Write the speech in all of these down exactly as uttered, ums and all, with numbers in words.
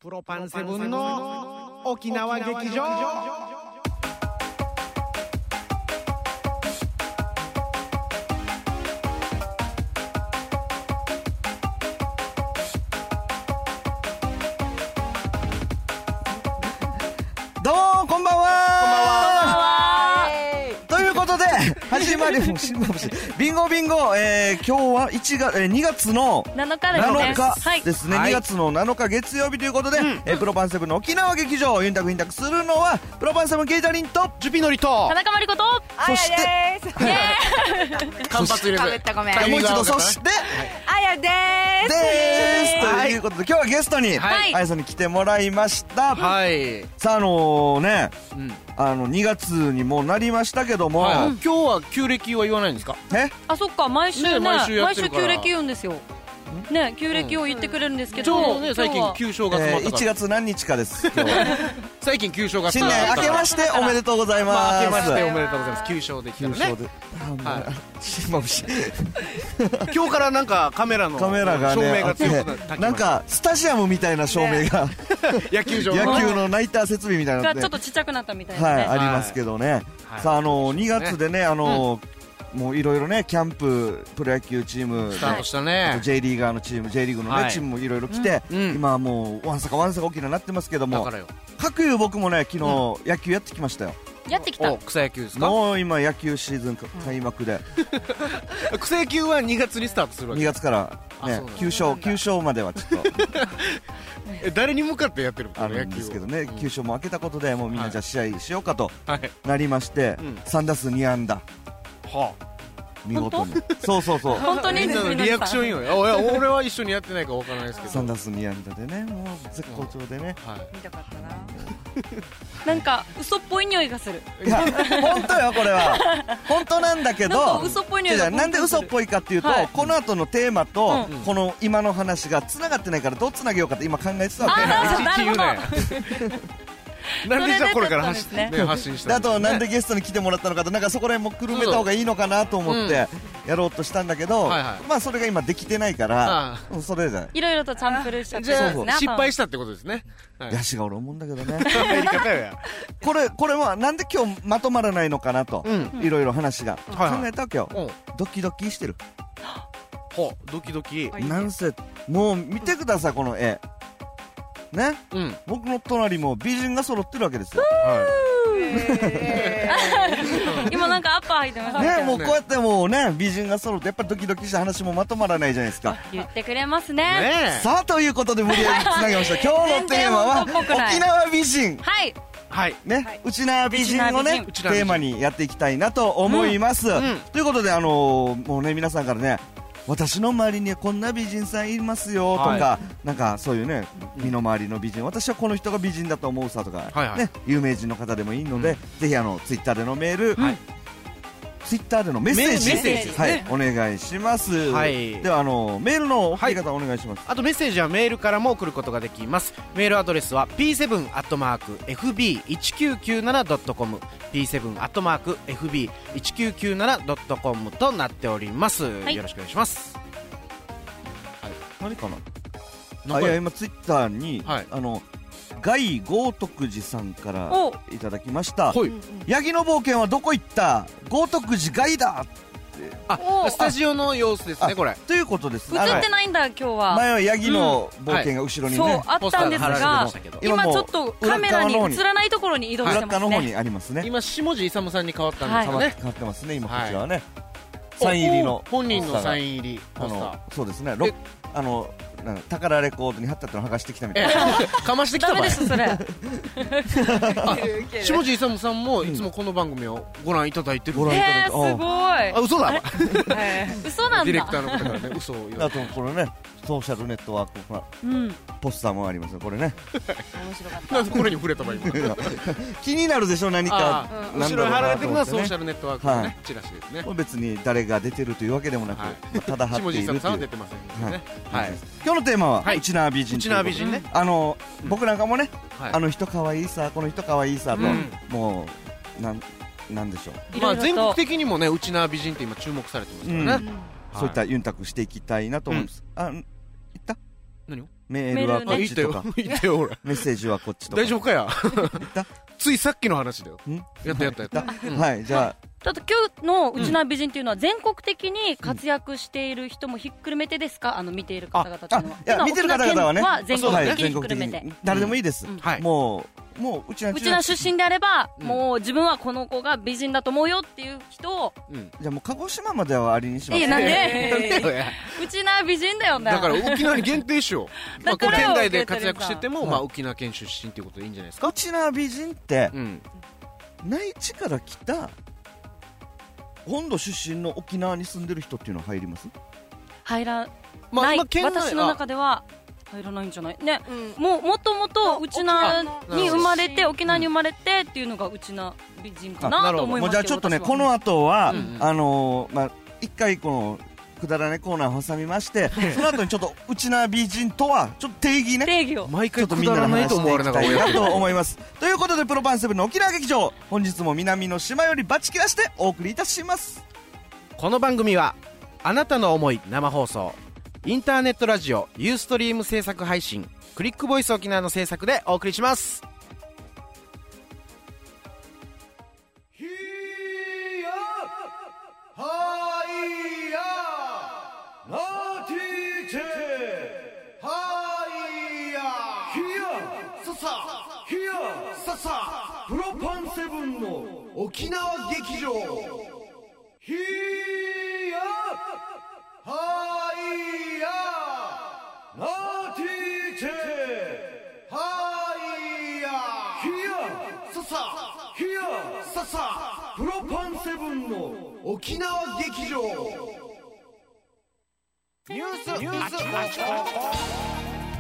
プロパンセブンの沖縄劇場。 どうもこんばんは。ということで始まりビンゴビンゴ、えー、今日はいちがつ、えー、にがつのなのかですね。 なのかですね、 はい、 にがつのなのか月曜日ということで、うん、えー、プロパンセブンの沖縄劇場、ユンタクユンタクするのはプロパンセブンケイタリンとジュピノリと田中真理子とそして間髪入れてごめんもう一度そしてあやでーすですということで、今日はゲストにあやさんに来てもらいました。 はい。 さあ、あのー、ね、うん、あのにがつにもうなりましたけども、はい、 今日は旧暦は言わないんですか？ え？ あ、そっか、毎週ね、ね毎週やってるから、 毎週旧暦言うんですよ。ね、旧暦を言ってくれるんですけど、 ちょうどね、最近旧正月もあったから、 えー、いちがつ何日かです今日最近旧正月新年明けましておめでとうございます、まあ、明けましておめでとうございます。旧正できたらね、 旧正で、はい、 今日からなんかカメラのカメラが、ね、 照明が強くなってなんかスタジアムみたいな照明が、ね、 野球場の野球のナイター設備みたいなのがちょっとちっちゃくなったみたいな、ね、 はい、ありますけどね、はい、さあ、あのにがつでね、あの、うんもういろいろね、キャンプ、プロ野球チーム、 スタートしたね、 J リーガーのチーム、J リーグのね、はい、チームもいろいろ来て、うん、今はもうわんさかわんさか大きななってますけども、かくいう僕もね、昨日、うん、野球やってきましたよ。 やってきた。 草野球ですか？ もう今野球シーズン開幕で、 うん、草野球はにがつにスタートするわけ。 にがつからね、きゅう勝きゅう勝まではちょっとえ、誰に向かってやってるの？ あるんですけどね、きゅう勝も開けたことでもうみんなじゃあ試合しようかとなりまして、はい、さんだすうにあんだ、 はあ、 見事にそうそうそう本当にみんなのリアクションよ。いや俺は一緒にやってないか分からないですけど、 さんだすうにあんだでね、もう絶好調でね、 はい、見たかったななんか嘘っぽい匂いがする。 いや本当よ、これは本当なんだけど、 なんか嘘っぽい匂いがなんで嘘っぽいかっていうと、はい、この後のテーマと、うん、この今の話がつながってないからどうつなげようかって今考えてたわけ。 あー、なるほどなんでじゃあこれから発信、ね、発信したんですかね。あとなんでゲストに来てもらったのかと、なんかそこら辺もくるめた方がいいのかなと思ってやろうとしたんだけど、うん、はいはい、まあそれが今できてないから、うん、それでいろいろとチャンプルしちゃって、 じゃあ失敗したってことですね。 ヤシが俺思うんだけどねやり方やこれこれはなんで今日まとまらないのかなと、いろいろ話が、うん、考えたわけよ、はいはい、ドキドキしてる。 はドキドキ、 なんせもう見てくださいこの絵ね、うん、僕の隣も美人が揃ってるわけですよ、はい、 今なんかアッパー入ってましたね。もうこうやってもうね、美人が揃ってやっぱりドキドキした話もまとまらないじゃないですか。 言ってくれますね。 ね、さあということで無理やりつなげました今日のテーマは沖縄美人、 はいはいね、はい、内縄美人をねテーマにやっていきたいなと思います、うんうん、ということで、あのー、もうね皆さんからね、私の周りにはこんな美人さんいますよとか、はい、なんかそういうね、身の回りの美人、私はこの人が美人だと思うさとか、はいはい、ね、有名人の方でもいいので、うん、ぜひあのツイッターでのメール、はい、ツイッターでのメッセージ、 メッセージ、 はい、お願いします、はい、ではあのメールの送り方お願いします、 はい、あとメッセージはメールからも送ることができます。メールアドレスは ピーセブン アットマーク エフビー いちきゅうきゅうなな ドットコム ピーセブン アットマーク エフビー いちきゅうきゅうなな ドットコム となっております、はい、よろしくお願いします。 何かな、あ、いや今ツイッターに、はい、あのガイ豪徳寺さんからいただきました。ヤギの冒険はどこ行った、豪徳寺ガイだって。 あ、スタジオの様子ですねこれ。 ということですね。 映ってないんだ今日は。 前はヤギの冒険が後ろにね、 うん、そうあったんですが、今ちょっとカメラに映らないところに移動してますね。 裏側の方にありますね。 今下地勇さんに変わったんですよね。 変わってますね今こちらはね、はい、サイン入りの本人のサイン入りポスター、 あのそうですね、あの宝レコードに貼ったっての剥がしてきたみたいな、 かましてきた場合ダメですそれ下地勇さんもいつもこの番組をご覧いただいてる、 ご覧いただいて、 えー、すごい、 あ、嘘だ嘘なんだ、 ディレクターの方からね嘘を言われて、 あとこれねソーシャルネットワーク、ほら、うん、ポスターもありますよこれね。 面白かった。 なんでこれに触れた場合気になるでしょ何か。 後ろに貼られてるのはソーシャルネットワークのねチラシですね。 別に誰が出てるというわけでもなく、ただ貼っているという。下地さんは出てませんけどね。 今日のテーマは内縄美人。 内縄美人ね。 あの僕なんかもね、あの人可愛いさ、この人可愛いさと、もうなんなんでしょう。 まあ全国的にもね内縄美人って今注目されてますからね。 そういったユンタクしていきたいなと思います。あ、言った？ 何を？ メールはこっちとか。 言ってよ、ほら。 メッセージはこっちとか。 大丈夫かや。ついさっきの話だよ。やったやったやった。 はい、じゃあ。 だって今日のうちな美人っていうのは全国的に活躍している人もひっくるめてですか、あの見ている方々っていうのは。 いや、見てる方々はね、 全国的にひっくるめて。 誰でもいいです。もう、もう、うちな、 うちな出身であれば、もう自分はこの子が美人だと思うよっていう人を。 じゃあもう鹿児島まではありにします。 いや、なんでうちな美人だよね。 だから沖縄に限定しよう。まあ、県外で活躍してても、まあ沖縄県出身っていうことでいいんじゃないですか。 うちな美人って、内地から来た、本土出身の沖縄に住んでる人っていうのは入ります？ 入らない、私の中では入らないんじゃないね、もうもともとうちなに生まれて沖縄に生まれてっていうのがうちな美人かなと思いますけど、 じゃあちょっとね、この後はあのまあ一回このくだらねコーナーを挟みましてその後にちょっとうちな美人とはちょっと定義ね、 定義を毎回くだらないと思われながらなと思います。ということでプロパンセブンの沖縄劇場、本日も南の島よりバチ切らしてお送りいたします。 この番組はあなたの思い生放送、インターネットラジオユーストリーム制作配信、クリックボイス沖縄の制作でお送りします。 プロパンセブンの沖縄劇場、ヒーヤハイヤナティチェハイヤヒヤササヒヤササプロパンセブンの沖縄劇場、 ニュースニュースあちこち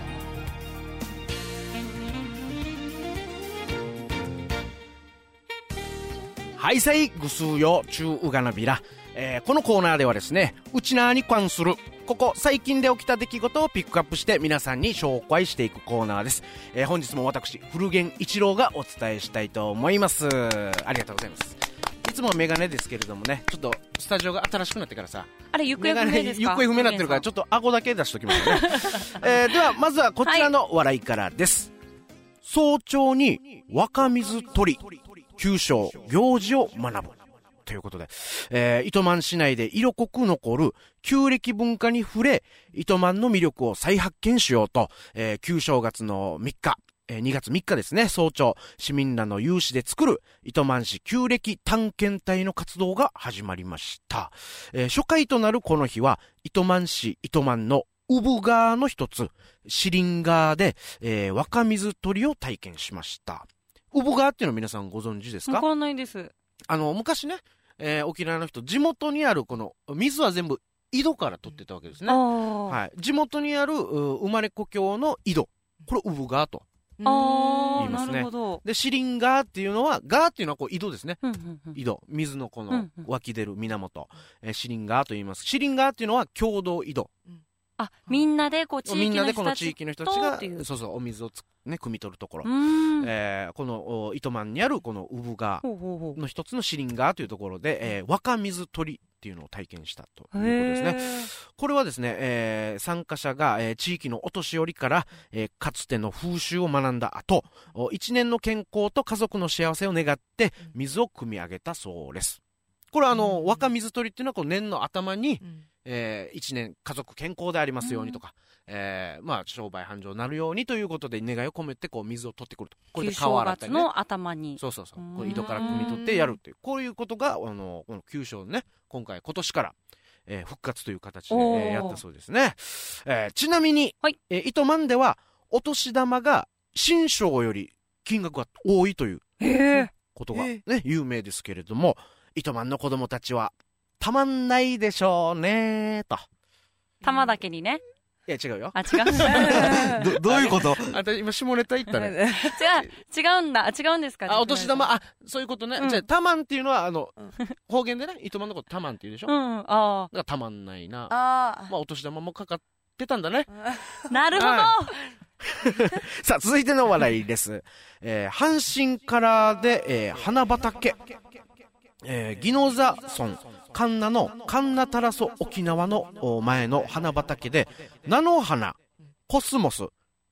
はいさいぐすうよちゅううがなびら、えー、このコーナーではですね、うちなーに関するここ最近で起きた出来事をピックアップして皆さんに紹介していくコーナーです。えー、本日も私古源一郎がお伝えしたいと思います。ありがとうございます。いつもメガネですけれどもね、ちょっとスタジオが新しくなってからさ、 あれ行方不明ですか？ 行方不明になってるからちょっと顎だけ出しときますね、えー、ではまずはこちらの笑いからです、はい、早朝に若水取り旧正行事を学ぶということで、えー、糸満市内で色濃く残る旧暦文化に触れ、糸満の魅力を再発見しようと、えー、旧正月のみっか、えー、にがつみっかですね、早朝市民らの有志で作る糸満市旧暦探検隊の活動が始まりました。えー、初回となるこの日は糸満市糸満の産川の一つシリン川で、えー、若水取りを体験しました。産川っていうの皆さんご存知ですか？ わからないです。 あの昔ね、えー、沖縄の人地元にあるこの水は全部井戸から取ってたわけですね、はい、地元にある生まれ故郷の井戸、これ産川と言いますね。なるほど。でシリン川っていうのは、川っていうのはこう井戸ですね、うんうんうん、井戸、水のこの湧き出る源、うんうん、えー、シリン川と言います。シリン川っていうのは共同井戸、うん、あ、 みんなでこう地域の人たちと、みんなでこの地域の人たちがそうそうお水をつね、汲み取るところ、えー、この糸満にあるこの産川の一つのシリン川というところで、えー、若水取りっていうのを体験したということですね。これはですね、えー、参加者が、えー、地域のお年寄りから、えー、かつての風習を学んだ後、一年の健康と家族の幸せを願って水を汲み上げたそうです。これはあの、うん、若水取りっていうのはこう年の頭に、うん、えー、一年家族健康でありますようにとか、うん、えー、まあ商売繁盛になるようにということで願いを込めてこう水を取ってくると。これで川洗ったりね。 旧正月の頭に。 そうそうそう。これ井戸から汲み取ってやるっていう、こういうことがあのこの旧正ね、今回今年から、えー、復活という形で、えー、やったそうですね。えー、ちなみに、はい、えー、糸満ではお年玉が新正より金額が多いということがね、えー、有名ですけれども。糸満の子供たちはたまんないでしょうねと。 玉だけにね。 いや違うよ。 あ、違うど, どういうこと？ あた今下ネタ言ったね。違う違うんだ。違うんですか？ あ、お年玉、あ、そういうことね。うん、じゃあたまんっていうのはあの、うん、方言でね、糸満のことたまんって言うでしょ。うん、ああ。だからたまんないな。ああ。まあお年玉もかかってたんだね。 なるほど。 さあ続いての話題です。えー、阪神からで、えー、花畑。えー、宜野座村神奈の神奈タラソ沖縄の前の花畑で菜の花、コスモス、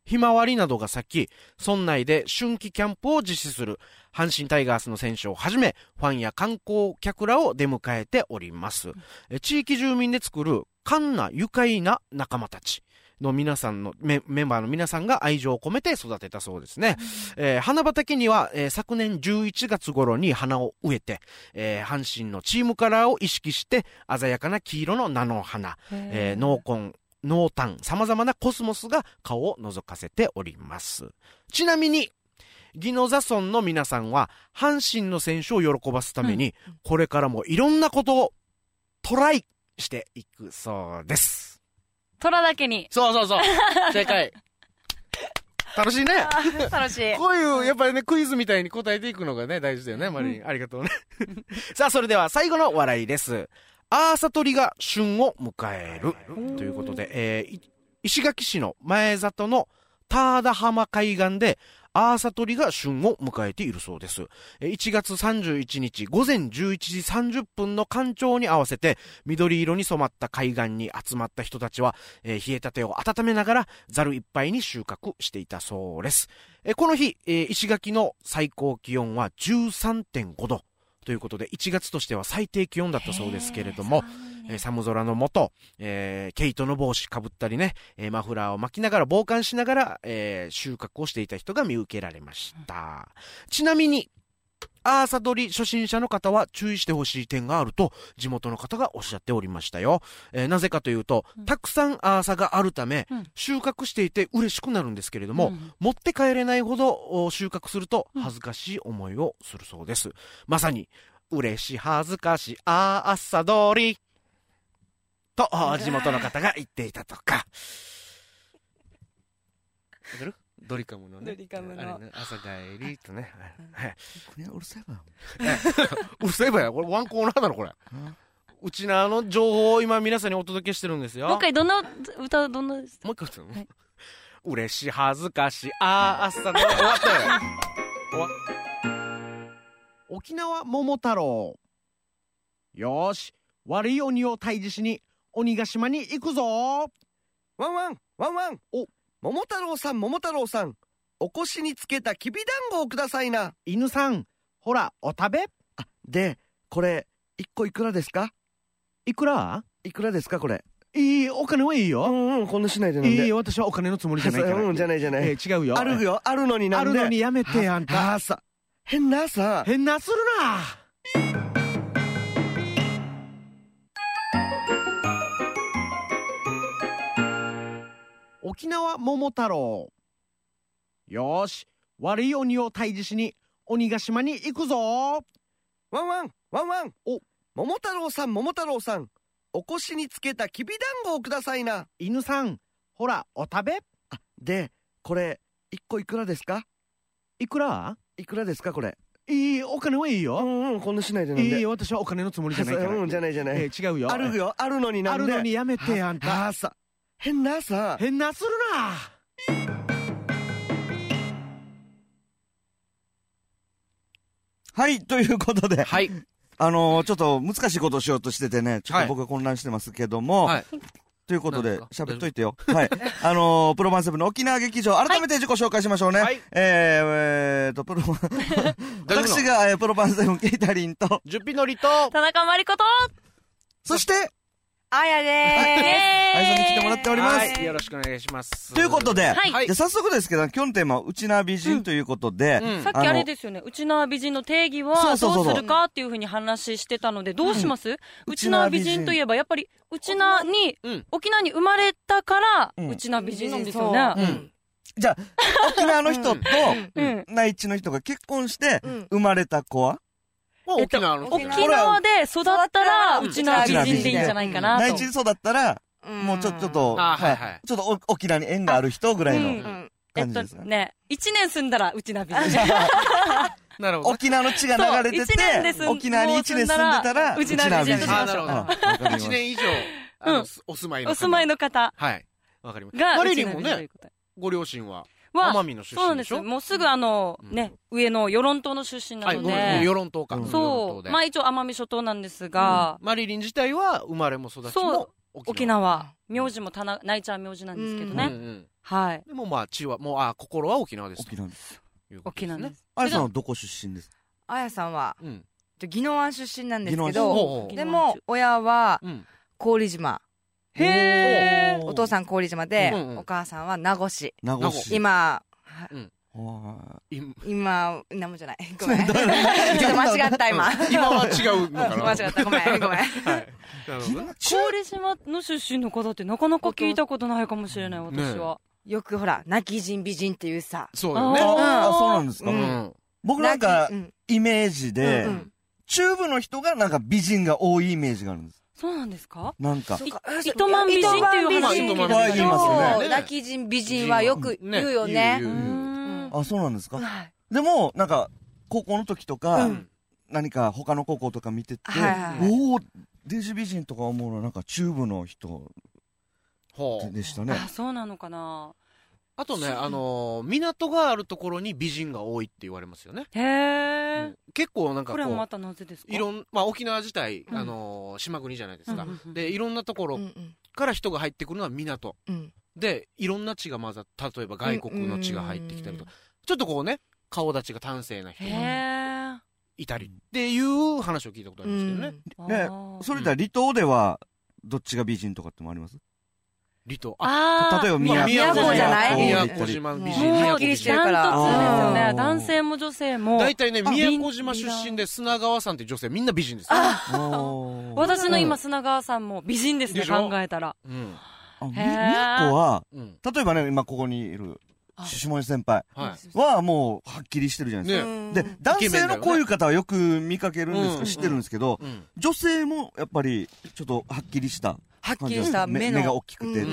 ひまわりなどが咲き、村内で春季キャンプを実施する阪神タイガースの選手をはじめ、ファンや観光客らを出迎えております。え地域住民で作るカンナ愉快な仲間たちの皆さんの メ, メンバーの皆さんが愛情を込めて育てたそうですね。うんえー、花畑には、えー、昨年じゅういちがつ頃に花を植えて、えー、阪神のチームカラーを意識して鮮やかな黄色の菜の花、えー、濃紺、濃淡、様々なコスモスが顔を覗かせております。ちなみに宜野座村の皆さんは阪神の選手を喜ばすために、うん、これからもいろんなことをトライしていくそうです。 虎だけに。 そうそうそう。正解。楽しいね。 楽しい。 こういう、やっぱりね、クイズみたいに答えていくのがね、大事だよね、マリン。ありがとうね。さあ、それでは最後の笑いです。アーサトリが旬を迎える。ということで、えー、石垣市の前里の田田浜海岸で、アーサトリが旬を迎えているそうです。いちがつさんじゅういちにち午前じゅういちじさんじゅっぷんの干潮に合わせて緑色に染まった海岸に集まった人たちは、えー、冷えたてを温めながらざるいっぱいに収穫していたそうです。えー、この日、えー、石垣の最高気温は じゅうさんてんごどということでいちがつとしては最低気温だったそうですけれども、えー、寒空の下、えー、毛糸の帽子かぶったりね、えー、マフラーを巻きながら防寒しながら、えー、収穫をしていた人が見受けられました。ちなみにアーサ取り初心者の方は注意してほしい点があると地元の方がおっしゃっておりましたよ。えー、なぜかというと、うん、たくさんアーサがあるため、うん、収穫していて嬉しくなるんですけれども、うん、持って帰れないほど収穫すると恥ずかしい思いをするそうです。まさに嬉し恥ずかしアーサ取りと地元の方が言っていたとか。わかる？ドリカムのね。 ドリカムの。 あれね、朝帰りとね。はい。 これうるさいわ。 うるさいわや。これワンコーナーだろ、これ。うちなの情報を今皆さんにお届けしてるんですよ。 もう一回、どんな歌、どんなですか？ もう一回歌うの、はい、嬉し恥ずかしあー朝で終わったよ。終わった。沖縄桃太郎。よーし、悪い鬼を退治しに鬼ヶ島に行くぞ。ワンワンワンワン。お、桃太郎さん桃太郎さん、お腰につけたきびだんごをくださいな。 犬さん、ほらお食べ。 あ、でこれいっこいくらですか？ いくらいくらですかこれ？ いい、お金はいいよ。 うんうん、こんなしないでなんで。 いいよ、私はお金のつもりじゃないから。 うん、じゃないじゃない、 えー、違うよ。 あるよ、あるのになんで。 あるのにやめて、あんた。 朝変な朝変なするな。沖縄桃太郎。よーし、悪い鬼を退治しに鬼ヶ島に行くぞ。 ワンワンワンワン。お、桃太郎さん桃太郎さん、お腰につけたきびだんごをくださいな。 犬さん、ほらお食べ。 あ、でこれいっこいくらですか？ いくらいくらですかこれ？ いい、お金はいいよ。 うんうん、こんなしないでなんで。 いいよ、私はお金のつもりじゃないから。 うん、じゃないじゃない、 えー、違うよ。 あるよ、あるのになんで。 あるのにやめて、あんた。 朝変な朝変なするな。 はい、ということで、 はい、 あのー、ちょっと難しいことをしようとしててね、ちょっと僕は混乱してますけども、はい、ということで、喋っといてよ。はい。あのー、プロマンセブンの沖縄劇場、改めて自己紹介しましょうね。はい、えー、えーと、プロマン、私が、えー、プロマンセブンケイタリンと、 ジュピノリと、 田中真理子と、 そして、 あやでーす。 あやさんに来てもらっております。 はい、よろしくお願いします。 ということで、 はい、 じゃ早速ですけど、今日のテーマは、うちな美人ということで、 うんうん、さっきあれですよね、うちな美人の定義は、どうするかっていうふうに話してたので、どうします？うん、うちな美人といえば、やっぱり、うちなに、うん、沖縄に生まれたから、うちな美人なんですよね。うんうん、 じゃあ、沖縄の人と、内地の人が結婚して、生まれた子は、 えっと、沖縄で育ったら、うちな美人でいいんじゃないかなと。 内地で育ったら、もうちょっと、ちょっと沖縄に縁がある人ぐらいの感じですかね。 一年住んだらうちな美人。 なるほど。 沖縄の血が流れてて、沖縄に一年住んでたら、 うちな美人。 あ、なるほど。一年以上、お住まいの方。 お住まいの方。 はい。わかります。マリリンもね、ご両親は、奄美の出身でしょ？ そうなんです。もうすぐあの、ね、上の与論島の出身なので。 はい、与論島か。 そう。まあ一応奄美諸島なんですが。 マリリン自体は生まれも育ちも沖縄。名字もたな、ないちゃん名字なんですけどね。 はい。 でもまあ血はもうあ心は沖縄です沖縄です。 沖縄です。 あやさんはどこ出身ですか？ あやさんは、 うん、 宜野湾出身なんですけど、でも親は郡島。 へー。お父さん郡島で、お母さんは名護市。 名護市。 今、今、なんもじゃない。ごめん。ちょっと間違った今。 今は違うのかな。 間違った。ごめん、ごめん。 郡島の出身の方ってなかなか聞いたことないかもしれない、私は。 よくほら、泣き人美人っていうさ。 そうだよね。 ああ、そうなんですか。僕なんか、イメージで、中部の人がなんか美人が多いイメージがあるんです。 そうなんですか？ なんか。 糸満美人っていう話聞いたけど、泣き人美人はよく言うよね。 あ、そうなんですか？でも、なんか、高校の時とか、何か他の高校とか見てて、おお、デジ美人とか思うのはなんか中部の人でしたね。 あ、そうなのかな。 あとね、あのー、港があるところに美人が多いって言われますよね。 へー。 うん、結構なんかこう、 これはまたなぜですか？ いろん、まあ沖縄自体、うん、あのー、島国じゃないですか。うんうん、で、いろんなところから人が入ってくるのは港。うん、で、いろんな血が混ざった、例えば外国の血が入ってきたりとか、ちょっとこうね、顔立ちが端正な人がいたりっていう話を聞いたことありますけどね。 うん、ね、それでは離島では、どっちが美人とかってもあります？ 離島。 あ、 例えば宮古じゃない？ 宮古島美人。 もうきりしてるから。ダントツですよね。男性も女性も。 大体ね、宮古島出身で砂川さんって女性みんな美人です。 私の今砂川さんも美人ですね、考えたら。 宮古は、例えばね、今ここにいる、下根先輩はもうはっきりしてるじゃないですか。で、男性のこういう方はよく見かけるんですけど、知ってるんですけど、女性もやっぱりちょっとはっきりしたはっきりした目の目が大きくて、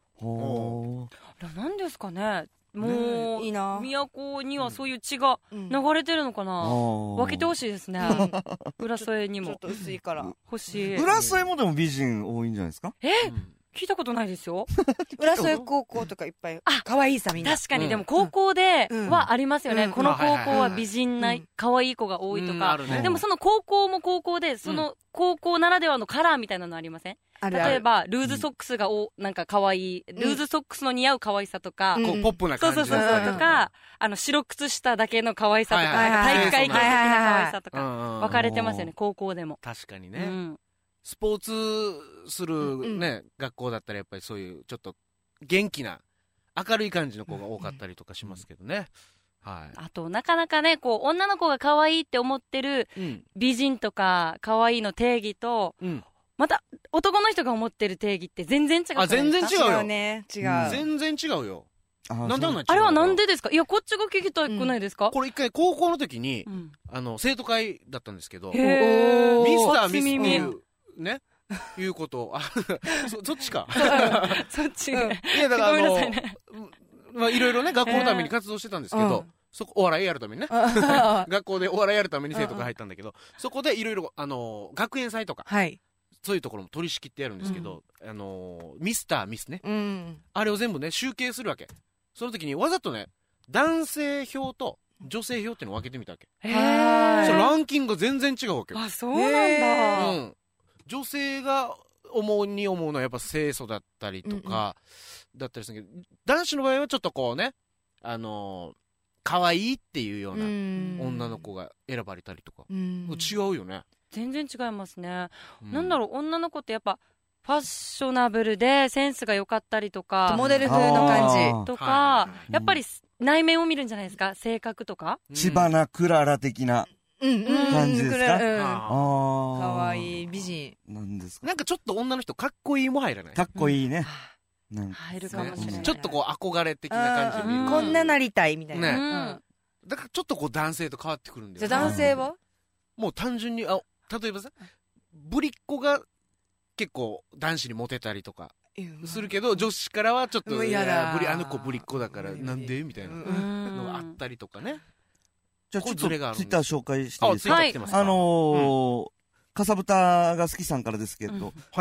なんですかね。もう宮古にはそういう血が流れてるのかな。分けてほしいですね。浦添にも。 ちょっと薄いから欲しい。 浦添もでも美人多いんじゃないですか？ え？聞いたことないですよ。 浦添高校とかいっぱい。あ、可愛いさみんな。 確かに、でも高校ではありますよね。この高校は美人な可愛い子が多いとか。でもその高校も高校で、その高校ならではのカラーみたいなのありません？例えば、ルーズソックスがお、なんか可愛い、ルーズソックスの似合う可愛さとか。 ポップな感じ。 そうそうそう。とか、あの、白靴下だけの可愛さとか、体育会系的な可愛さとか、分かれてますよね、高校でも。 確かにね。スポーツするね、学校だったらやっぱりそういうちょっと元気な明るい感じの子が多かったりとかしますけどね。はい。 あとなかなかね、こう女の子が可愛いって思ってる美人とか可愛いの定義と、また男の人が思ってる定義って全然違う。 あ、全然違うよ。 ね、違う。 全然違うよ。なんであんな違う？ あれはなんでですか？いや、こっちが聞きたくないですか？ これ一回高校の時にあの生徒会だったんですけど、ミスターミスっていうね、いうこと、あ、そ、そっちか。 そっち。いや、 だからあの、まあ、いろいろね、学校のために活動してたんですけど、そこ、お笑いやるためにね。学校でお笑いやるために生徒が入ったんだけど、そこでいろいろ、あの、学園祭とか、そういうところも取り仕切ってやるんですけど、あの、ミスターミスね。あれを全部ね、集計するわけ。その時にわざとね、男性票と女性票っていうのを分けてみたわけ。へー。そのランキングが全然違うわけよ。 あ、そうなんだ。 うん。女性が思うに思うのはやっぱ清楚だったりとか、だったりするけど、男子の場合はちょっとこうね、あのー、可愛いっていうような女の子が選ばれたりとか、違うよね。 全然違いますね。なんだろう、女の子ってやっぱ、ファッショナブルでセンスが良かったりとか、 モデル風の感じとか、やっぱり内面を見るんじゃないですか、性格とか。 千葉なクララ的な。うんうん、感じですか？うん、 かわいい美人なんですか？ なんかちょっと女の人かっこいいも入らない？ かっこいいね。 入るかもしれない。 ちょっとこう憧れ的な感じで、 こんななりたいみたいな。 ね。だからちょっとこう男性と変わってくるんだよ。 じゃあ男性は？ もう単純にあ例えばさ、ぶりっ子が結構男子にモテたりとかするけど、女子からはちょっといやぶりあの子ぶりっ子だからなんでみたいなのがあったりとかね。 じゃあちょっとツイッター紹介していいですか？ はい。 あのー、かさぶたが好きさんからですけど、 はい。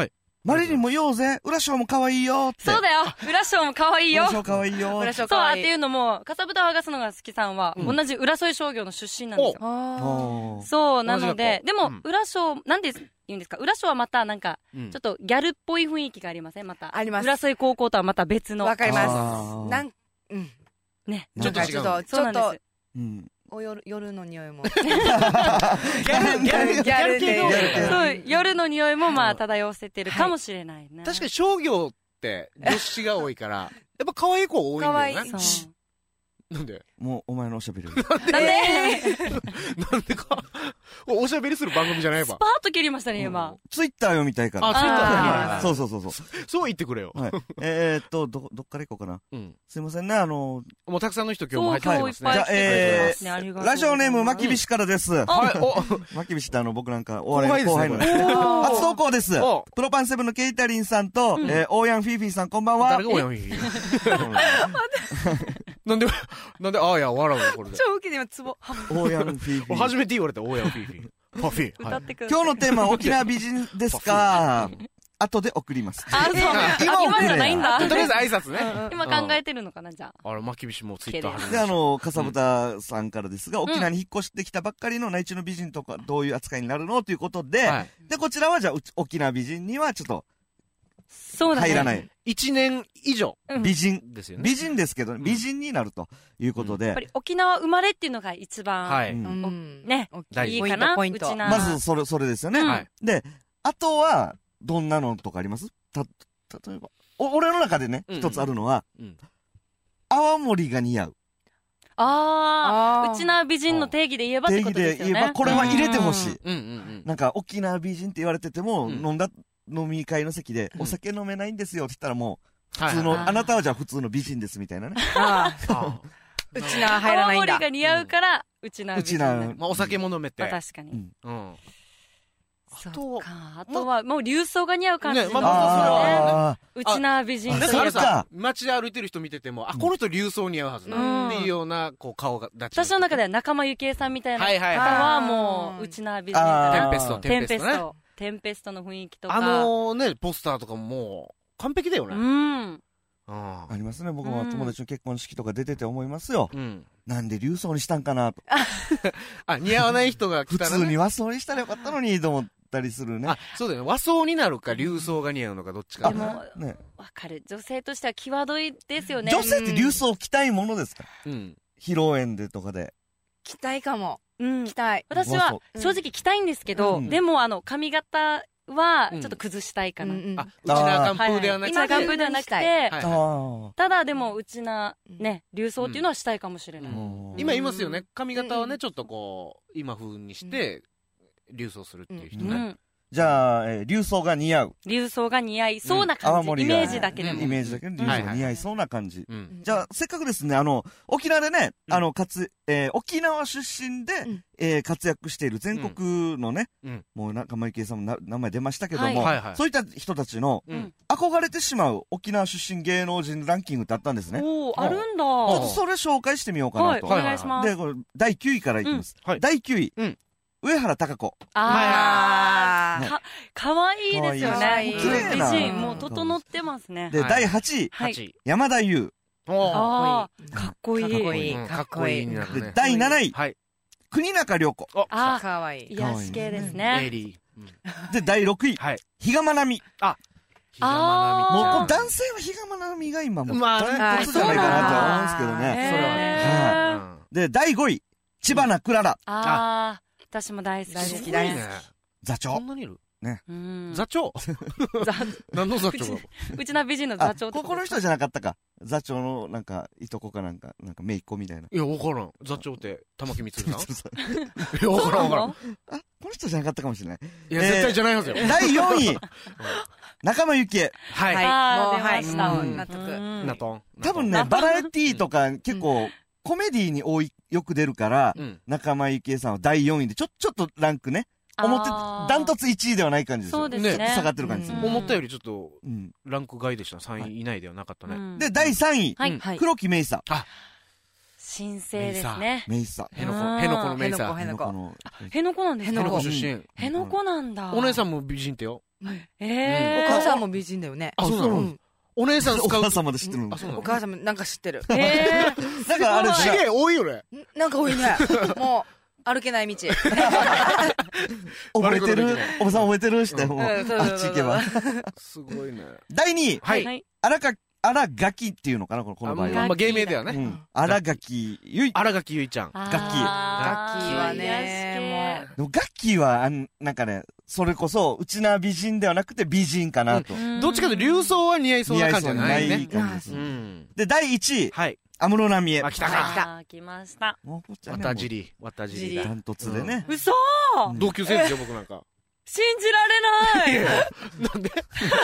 マリリンも言おうぜ。浦翔も可愛いよって。 そうだよ。浦翔も可愛いよ。 浦翔可愛いよ。 浦翔そう、 可愛い。 っていうのも、かさぶたを剥がすのが好きさんは、同じ浦添商業の出身なんですよ。そう、なので、でも、浦翔、なんで言うんですか、浦翔はまたなんか、ちょっとギャルっぽい雰囲気がありませんまた。 あります。 浦添高校とはまた別の。 わかります。なん、うん。 ね。 ちょっと違う。 ちょっと、 ちょっと、 うん。 お夜、夜の匂いも。 ギャル、ギャル、ギャル系の。そう、夜の匂いもまあ漂わせてるかもしれないね。 確かに商業って女子が多いから、やっぱ可愛い子多いんだよね。 可愛い。そう。 なんでもうお前のおしゃべり。 なんでなんでかおしゃべりする番組じゃないわ。 スパーッと切りましたね、今。 ツイッター読みたいから。 あ、ツイッターそうそうそうそう。 そう言ってくれよ。 はい。えっと、ど、どっから行こうかな。うん。すいませんね、あの、 もうたくさんの人今日も入ってますね。 じゃあ、えー、ラジオネーム、まきびしからです。はい、お、まきびしってあの、僕なんか、お笑いの後輩の。初投稿です。プロパンセブンのケイタリンさんと、えー、オーヤンフィーフィーさん、こんばんは。 誰がオーヤンフィーフィーなんで、なんで、ああや、笑うのこれで。 超ウケて今、ツボ。 オーヤンフィーフィー。 初めて言われた、オーヤンフィーフィー。パフィー。 歌ってくる。 今日のテーマは沖縄美人ですか後で送ります。 あ、そう。今送るじゃないんだ。 とりあえず挨拶ね。 今考えてるのかな、じゃあ。あれ、まきびしもツイッター始めで、あの、かさぶたさんからですが、沖縄に引っ越してきたばっかりの内地の美人とか、どういう扱いになるのということで、で、こちらはじゃあ、沖縄美人にはちょっと、 そうだね。 入らない。 一年以上。 美人。 ですよね。 美人ですけど、美人になるということで。 やっぱり沖縄生まれっていうのが一番、 はい。 ね、いいかな、うちな。 まず、それ、それですよね。はい。で、あとは、どんなのとかありますた、例えば。お、俺の中でね、一つあるのは、泡盛が似合う。 ああ、うちな美人の定義で言えばってことですよね。定義で言えば、 これは入れてほしい。なんか、沖縄美人って言われてても、飲んだ、飲み会の席で、お酒飲めないんですよって言ったらもう、普通の、あなたはじゃあ普通の美人ですみたいなね。 ああ。うちな入らないんだ。 泡盛が似合うから、うちな美人。 うちな。 まあお酒も飲めて。 確かに。うん。 あと、 あとは、もう流装が似合う感じ。ね、まあ、 うちな美人。 だからさ、街で歩いてる人見てても、あ、この人流装似合うはずだ。っていうような、こう、顔が立ち。 私の中では仲間由紀恵さんみたいな人は、もう、うちな美人。 テンペスト、 テンペスト。テンペストの雰囲気とか。 あのね、ポスターとかももう、完璧だよね。 うん。 ありますね。僕も友達の結婚式とか出てて思いますよ。うん。なんで流装にしたんかなと。 あ、似合わない人が来たら。 普通に和装にしたらよかったのに、と思ったりするね。 あ、そうだよね。和装になるか、流装が似合うのか、どっちか。 でも、ね。わかる。女性としては際どいですよね。 女性って流装着たいものですか？うん。披露宴でとかで。 着たいかも。 うん。 着たい。 私は、正直着たいんですけど、でも、あの、髪型、は、ちょっと崩したいかな。 あ、うちな寒風ではなくて。 うちな寒風ではなくて、ただでもうちな、ね、流装っていうのはしたいかもしれない。 今いますよね。髪型はね、ちょっとこう、今風にして、流装するっていう人ね。 じゃあ、流装が似合う。 流装が似合いそうな感じ。イメージだけでも。 イメージだけで流装が似合いそうな感じ。じゃあ、せっかくですね、あの、沖縄でね、あの、かつ、え、沖縄出身で、え、活躍している全国のね、もう仲間由紀恵さんも名前出ましたけども、そういった人たちの、憧れてしまう沖縄出身芸能人ランキングってあったんですね。 おー、あるんだ。ちょっとそれ紹介してみようかなと。 お願いします。 で、これ、だいきゅういからいきます。だいきゅうい。上原貴子。 ああ、か、かわいいですよね。 綺麗な。 美人、もう整ってますね。 で、だいはちい。山田優。 ああ、かっこいい。 かっこいい。 かっこいい。 で、だいなない。国中涼子。 ああ、 かわいい。 癒し系ですね。 エリー。で、だいろくい。比嘉愛未。 あ、 比嘉愛未。もう、男性は比嘉愛未が今もう、ダントツじゃないかなとは思うんですけどね。 それはね。 で、だいごい。知花クララ。 ああ。私も大好きです。 大好き。 座長。 そんなにいるね。 座長何の座長だうちな美人の座長ってここの人じゃなかったか。座長のなんか、いとこかなんか、なんか、めいっ子みたいな。 いや、わからん。座長って、玉木みつるさんいや、わからんわからん。あ、 この人じゃなかったかもしれない。 いや、絶対じゃないはずよ。 だいよんい。仲間由紀恵。 はい。 もう、はい、 納得。 納得。 多分ね、バラエティーとか結構、コメディに多い、よく出るから、仲間由紀恵さんはだいよんいで、ちょ、ちょっとランクね。思って、ダントツいちいではない感じですよ。 そうですね。 下がってる感じです。 思ったよりちょっと、ランク外でした。さんい以内ではなかったね。 で、だいさんい。黒木メイサ。 あ、新星ですね。 メイサ。 へのこ、へのこのメイサ。 へのこ。 へのこなんですへのこ出身。 へのこなんだ。 お姉さんも美人ってよ。 えお母さんも美人だよね。 あ、そうなの？お姉さん使う。 お母さんまで知ってるの。 あ、そうなの？ お母さんもなんか知ってる。 えー、なんかあれすげえ多いよね。 なんか多いね。もう歩けない道。 覚えてる？おばさん覚えてるしてもうあっち行けば。 すごいね。 だいにい。 はい。 荒か荒垣っていうのかなこの場合は。 まあ芸名だよね。 荒垣ゆい。 荒垣ゆいちゃん。 ガッキー。 ガッキーはね、 もう。でもガッキーはなんかね。それこそ、うちな美人ではなくて美人かなと。 どっちかというと、流装は似合いそうな感じじゃないね。 似合いそうにない感じです。で、だいいちい。はい。安室奈美恵。 あ、来たか。 来た。来ました。 わたじり。わたじり。 ダントツでね。 嘘同級生ですよ、僕なんか。 信じられないなんで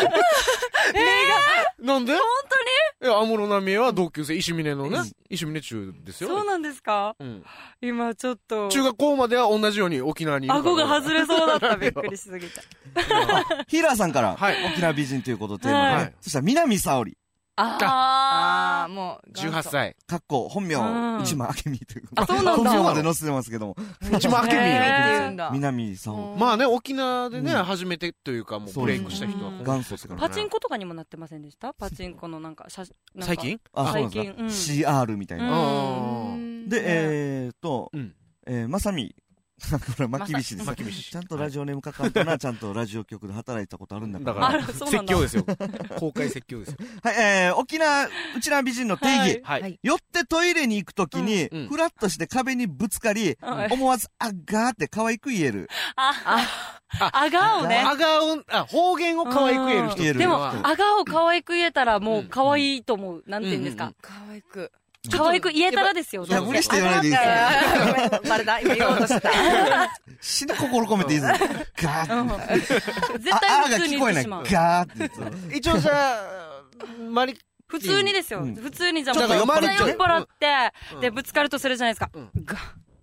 えー、なんで本当にいや、安室奈美恵は同級生、石峰のね、石峰中ですよ。 そうなんですか？うん。今ちょっと。 中学校までは同じように沖縄にいる。 顎が外れそうだった。びっくりしすぎた。 ヒーラーさんから、沖縄美人ということをテーマで、そしたら南沙織。 ああ、もう。 じゅうはっさい。 かっこ、本名、一間明美という。 あ、そうなんだ。 本名まで載せてますけども。 一間明美なんだ。 南沙織。 まあね、沖縄でね、初めてというか、もうブレイクした人は。 元祖ってから。 パチンコとかにもなってませんでした？パチンコのなんか、 最近？ あ、最近。シーアール みたいな。で、えーと、えー、まさみ。これ、まきびしです。ちゃんとラジオネーム書かんとな、ちゃんとラジオ局で働いたことあるんだから。 だから、説教ですよ。公開説教ですよ。 はい、えー、沖縄、うちな美人の定義。はい。寄ってトイレに行くときに、ふらっとして壁にぶつかり、思わず、あがーって可愛く言える。 あ、あ、あがをね。 あがを、あ、方言を可愛く言える人。 でも、あがを可愛く言えたらもう可愛いと思う。なんて言うんですか。 可愛く。 可愛く言えたらですよ。 いや、無理して言わないでいいですよ。バレた今言おうとした。 死に心込めていいですよ。ガーって。 絶対普通に言ってしまう。 ガーって。 一応じゃあ、まり、 普通にですよ。普通にじゃあ、 ちょっと酔っ払って、で、ぶつかるとするじゃないですか。ガ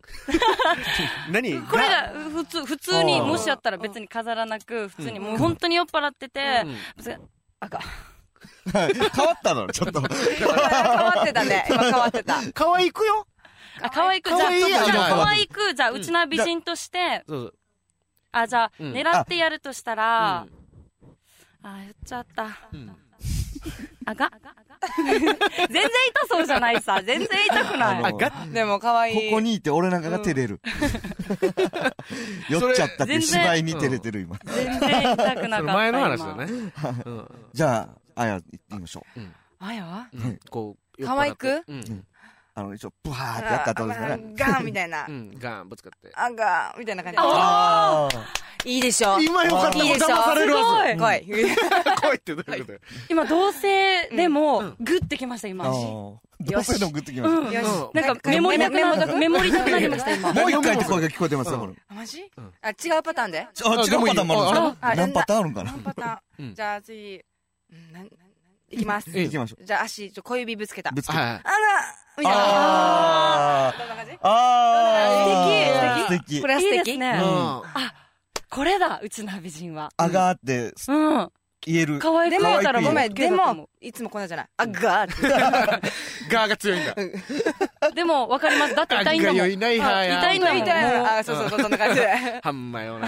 何これが普通、普通に、もしやったら別に飾らなく、普通にもう本当に酔っ払ってて、あが。 変わったのちょっと。 変わってたね。今変わってた。 可愛くよ。 あ、可愛く、じゃあ、可愛く、じゃあ、うちな美人として、あ、じゃあ、狙ってやるとしたら、あ、言っちゃった。あが全然痛そうじゃないさ。全然痛くない。 あがでも可愛い。 ここにいて俺なんかが照れる。酔っちゃったって芝居に照れてる今。 全然痛くなかった。 前の話だね。 じゃあ、あや、行ってみましょう。 あやこう、 可愛くあの、一応、ブワーってやった後ですかね。 ガンみたいな。 ガン、ぶつかって。 あがーみたいな感じ。 ああいいでしょ。 今よかった。 いいでしょ。 騙されるはず。 怖い。 怖いってどういうこと今、同性でも、グッてきました、今。 同性でもグッてきました。 よし。 なんか、メモりたくなメモりたくなりました、今。 もう一回って声が聞こえてますよ、これ。 マジあ、違うパターンであ、違うパターンもあるんですか何パターンあるんかな何パターンじゃあ次、いきます。 いきましょう。 じゃあ足、小指ぶつけた。 ぶつけた。 あらみたいな。 あどんな感じあ素敵。素敵。これは素敵ね。あ、これだ、うちの美人は。 あがーって、言える。 可愛く言えたらごめん、でも、いつもこんなじゃない。あがーって。 ガーが強いんだ。 でも、わかります。だって痛いんだもん。 痛いんだもん。 痛いんだもん。 あ、そうそうそう、そんな感じで。 はんまよな。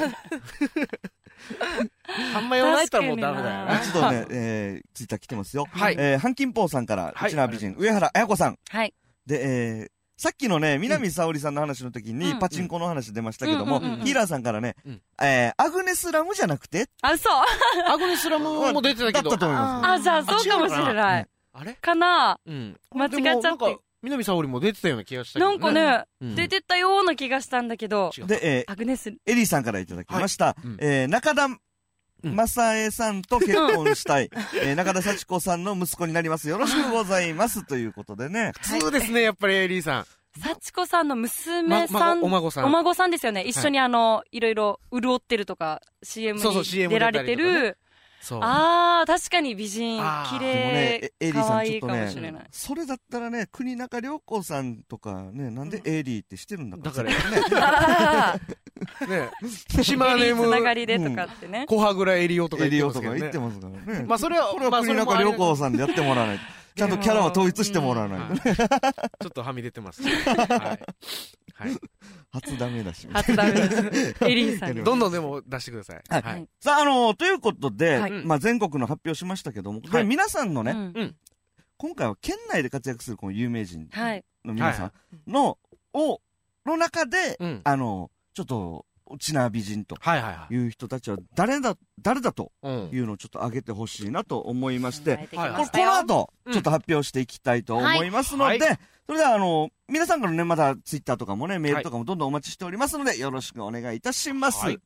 はんまよないったらもうダメだよね。 一度ね、えー、ツイッター来てますよ。はい。えー、ハンキンポーさんから、うちな美人、上原彩子さん。 はい。 で、えー、さっきのね、南沙織さんの話の時に、パチンコの話出ましたけども、ヒーラーさんからね、えー、アグネスラムじゃなくてあ、そう。 アグネスラムも出てたけど。 だったと思います。あ、じゃあそうかもしれない。 あれかなうん。間違っちゃって。 南沙織も出てたような気がしたけど。 なんかね、出てたような気がしたんだけど。 で、えー、アグネス。 エリーさんからいただきました。えー、中田、まさえさんと結婚したい、えー、中田幸子さんの息子になります。よろしくございます。ということでね。 普通ですね、やっぱりエリーさん。 幸子さんの娘さん、 お孫さん。 お孫さんですよね。一緒にあの、いろいろ潤ってるとか、シーエム に出られてる。そう。ああ、確かに美人、綺麗、可愛いかもしれない。 それだったらね、国中涼子さんとかね、なんでエリーってしてるんだか。 だからね。ね島根も。 つながりでとかってね。 小羽倉エリオとか言ってますけどね。エリオとか言ってますからね。 まあそれは、 これは国中涼子さんでやってもらわないと。 ちゃんとキャラは統一してもらわないとね。 ちょっとはみ出てます。はい。はい。 初ダメだし。 初ダメだし。エリーさん。 どんどんでも出してください。 はい。さあ、あの、ということで、まあ全国の発表しましたけども、で、皆さんのね、今回は県内で活躍するこの有名人の皆さんの、を、の中で、あの、ちょっと、うちな美人という人たちは誰だ、誰だというのをちょっと挙げてほしいなと思いまして、この後、ちょっと発表していきたいと思いますので、それでは、あの、皆さんからね、まだツイッターとかもね、メールとかもどんどんお待ちしておりますので、よろしくお願いいたします。はい、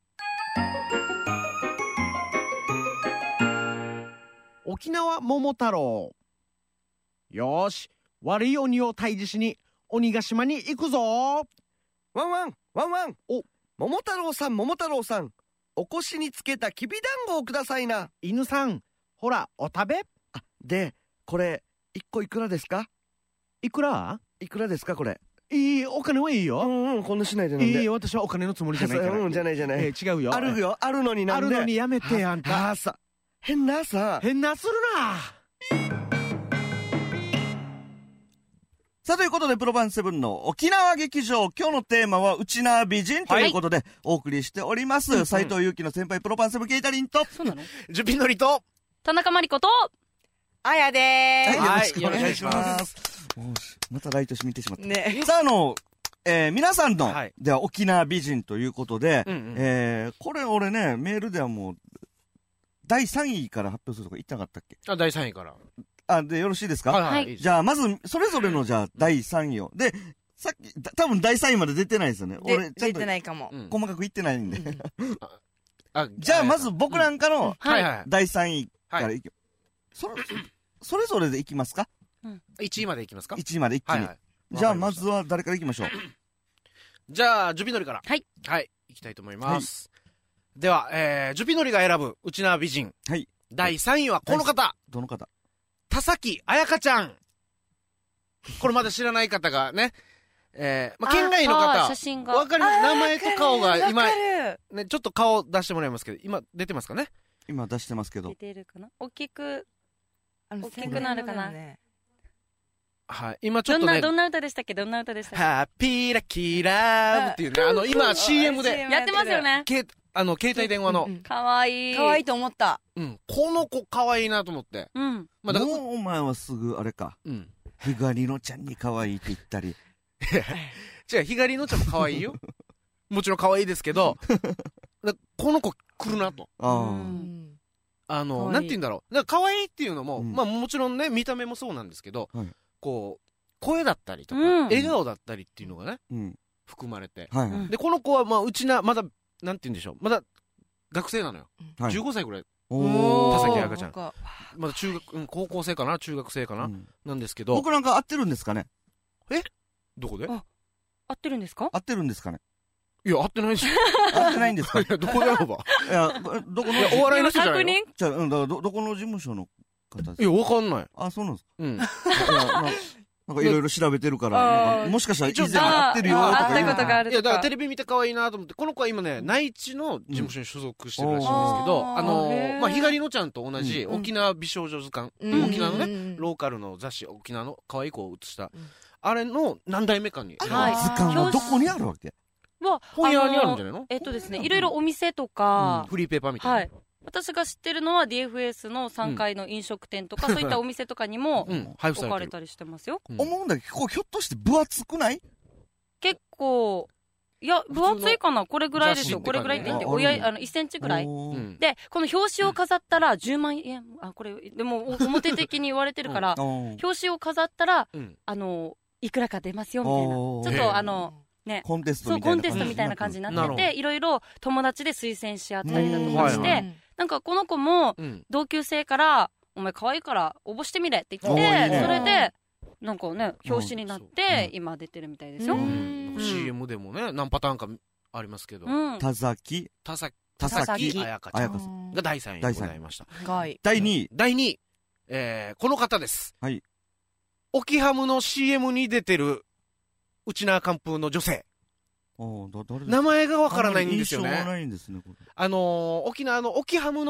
沖縄桃太郎。よーし、悪い鬼を退治しに、鬼ヶ島に行くぞ。 ワンワン、ワンワン。お、桃太郎さん、桃太郎さん。お腰につけたきびだんごをくださいな。 犬さん、ほら、お食べ。 あ、で、これ、一個いくらですか？ いくら？ いくらですかこれ？ いい、お金はいいよ。 うんうん、こんなしないでなんで。 いい、私はお金のつもりじゃないから。 うん、じゃないじゃない。 えー、違うよ。 あるよ、あるのになんで。 あるのにやめて、あんた。 あーさ、変なさ。 変なするな。 さあ、ということで、プロバンセブンの沖縄劇場、今日のテーマは、うちな美人ということで、お送りしております。斉藤祐樹の先輩、プロバンセブンケイタリンと、 そうなの？ ジュピノリと、 田中真理子と、 あやでーす。 はい、よろしくお願いします。またライトし見てしまった。ね。さあ、あの、えー、皆さんの、はい、では沖縄美人ということで、うんうん、えー、これ俺ね、メールではもう、だいさんいから発表するとか言ってなかったっけ？ あ、だいさんいから。 あ、で、よろしいですか？ はい。 じゃあ、まず、それぞれの、じゃあ、だいさんいを。で、さっき、多分だいさんいまで出てないですよね。 俺、ちゃんと。出てないかも。 細かく言ってないんで。 あ、 じゃあ、まず僕なんかの、だいさんいからいき、それ、それぞれでいきますか？ いちいまでいきますか？ いちいまで一気に。じゃあ、まずは誰からいきましょう。 じゃあ、ジュピノリから。 はい。 はい。いきたいと思います。では、えー、ジュピノリが選ぶ、うちな美人。 はい。 だいさんいはこの方。 どの方？ 田崎彩香ちゃん。これまだ知らない方がね、えー、まあ、県外の方、 写真がわかります。名前と顔が今、ね、ちょっと顔出してもらいますけど、今出てますかね？ 今出してますけど。 出てるかな？大きく、大きくなるかな？ はい。今ちょっとね。 どんな、どんな歌でしたっけ？どんな歌でしたっけ？ ハッピーラッキーラブっていうね、あの、今 シーエム で。 やってますよね。 けあの、携帯電話の。 かわいい。 かわいいと思った。 うん。この子かわいいなと思って。 うん。 まあ、だから。もうお前はすぐ、あれか。うん。ひがりのちゃんにかわいいって言ったり。 違う、ひがりのちゃんもかわいいよ。もちろんかわいいですけど、この子来るなと。 ああの、なんて言うんだろう。だから可愛いっていうのも、まあもちろんね、見た目もそうなんですけど、こう、声だったりとか、笑顔だったりっていうのがね、含まれて。で、この子は、まあ、うちな、まだ、なんて言うんでしょう。まだ、学生なのよ。じゅうごさいぐらい。田崎彩香ちゃん。まだ中学、高校生かな中学生かななんですけど。 僕なんか合ってるんですかね？ え？どこで？ 合ってるんですか？ 合ってるんですかね？ いや、合ってないですよ。 合ってないんですか？ いや、どこでやろうば。 いや、どこの、 お笑いの人じゃないの？ じゃあ、うん、だから、ど、どこの事務所の方ですか？ いや、わかんない。 あ、そうなんですか？ うん。 なんかいろいろ調べてるから、もしかしたら以前会ってるよとか。 会ったことがあるとか。 いや、だからテレビ見て可愛いなと思って、この子は今ね、内地の事務所に所属してるらしいんですけど、あの、まあ、ひがりのちゃんと同じ沖縄美少女図鑑、沖縄のね、ローカルの雑誌、沖縄の可愛い子を写した、あれの何代目かに。 図鑑はどこにあるわけ？ は、 本屋にあるんじゃないの？ えっとですね、いろいろお店とか、 フリーペーパーみたいな。はい。 私が知ってるのは ディーエフエス のさんがいの飲食店とか、そういったお店とかにも置かれたりしてますよ。 思うんだけど、こうひょっとして分厚くない？ 結構、いや、分厚いかな？これぐらいですよ。これぐらいって言って、親、あの、いっセンチぐらい。で、この表紙を飾ったらじゅうまんえん、あ、これ、でも表的に言われてるから、表紙を飾ったら、あの、いくらか出ますよ、みたいな。ちょっとあの、ね、 コンテストみたいな。 そう、コンテストみたいな感じになってて、いろいろ友達で推薦し合ったりだとかして、なんかこの子も、同級生から、お前可愛いから応募してみれって言って、それで、なんかね、表紙になって、今出てるみたいですよ。シーエム でもね、何パターンかありますけど。 田崎。 田崎。田崎彩香ちゃんがだいさんいでございました。 だいにい。 だいにい。えー、この方です。 はい。 沖ハムの シーエム に出てる、内縄完封の女性。名前がわからないんですよね。 ないんですね、 あのー、沖縄の沖ハムの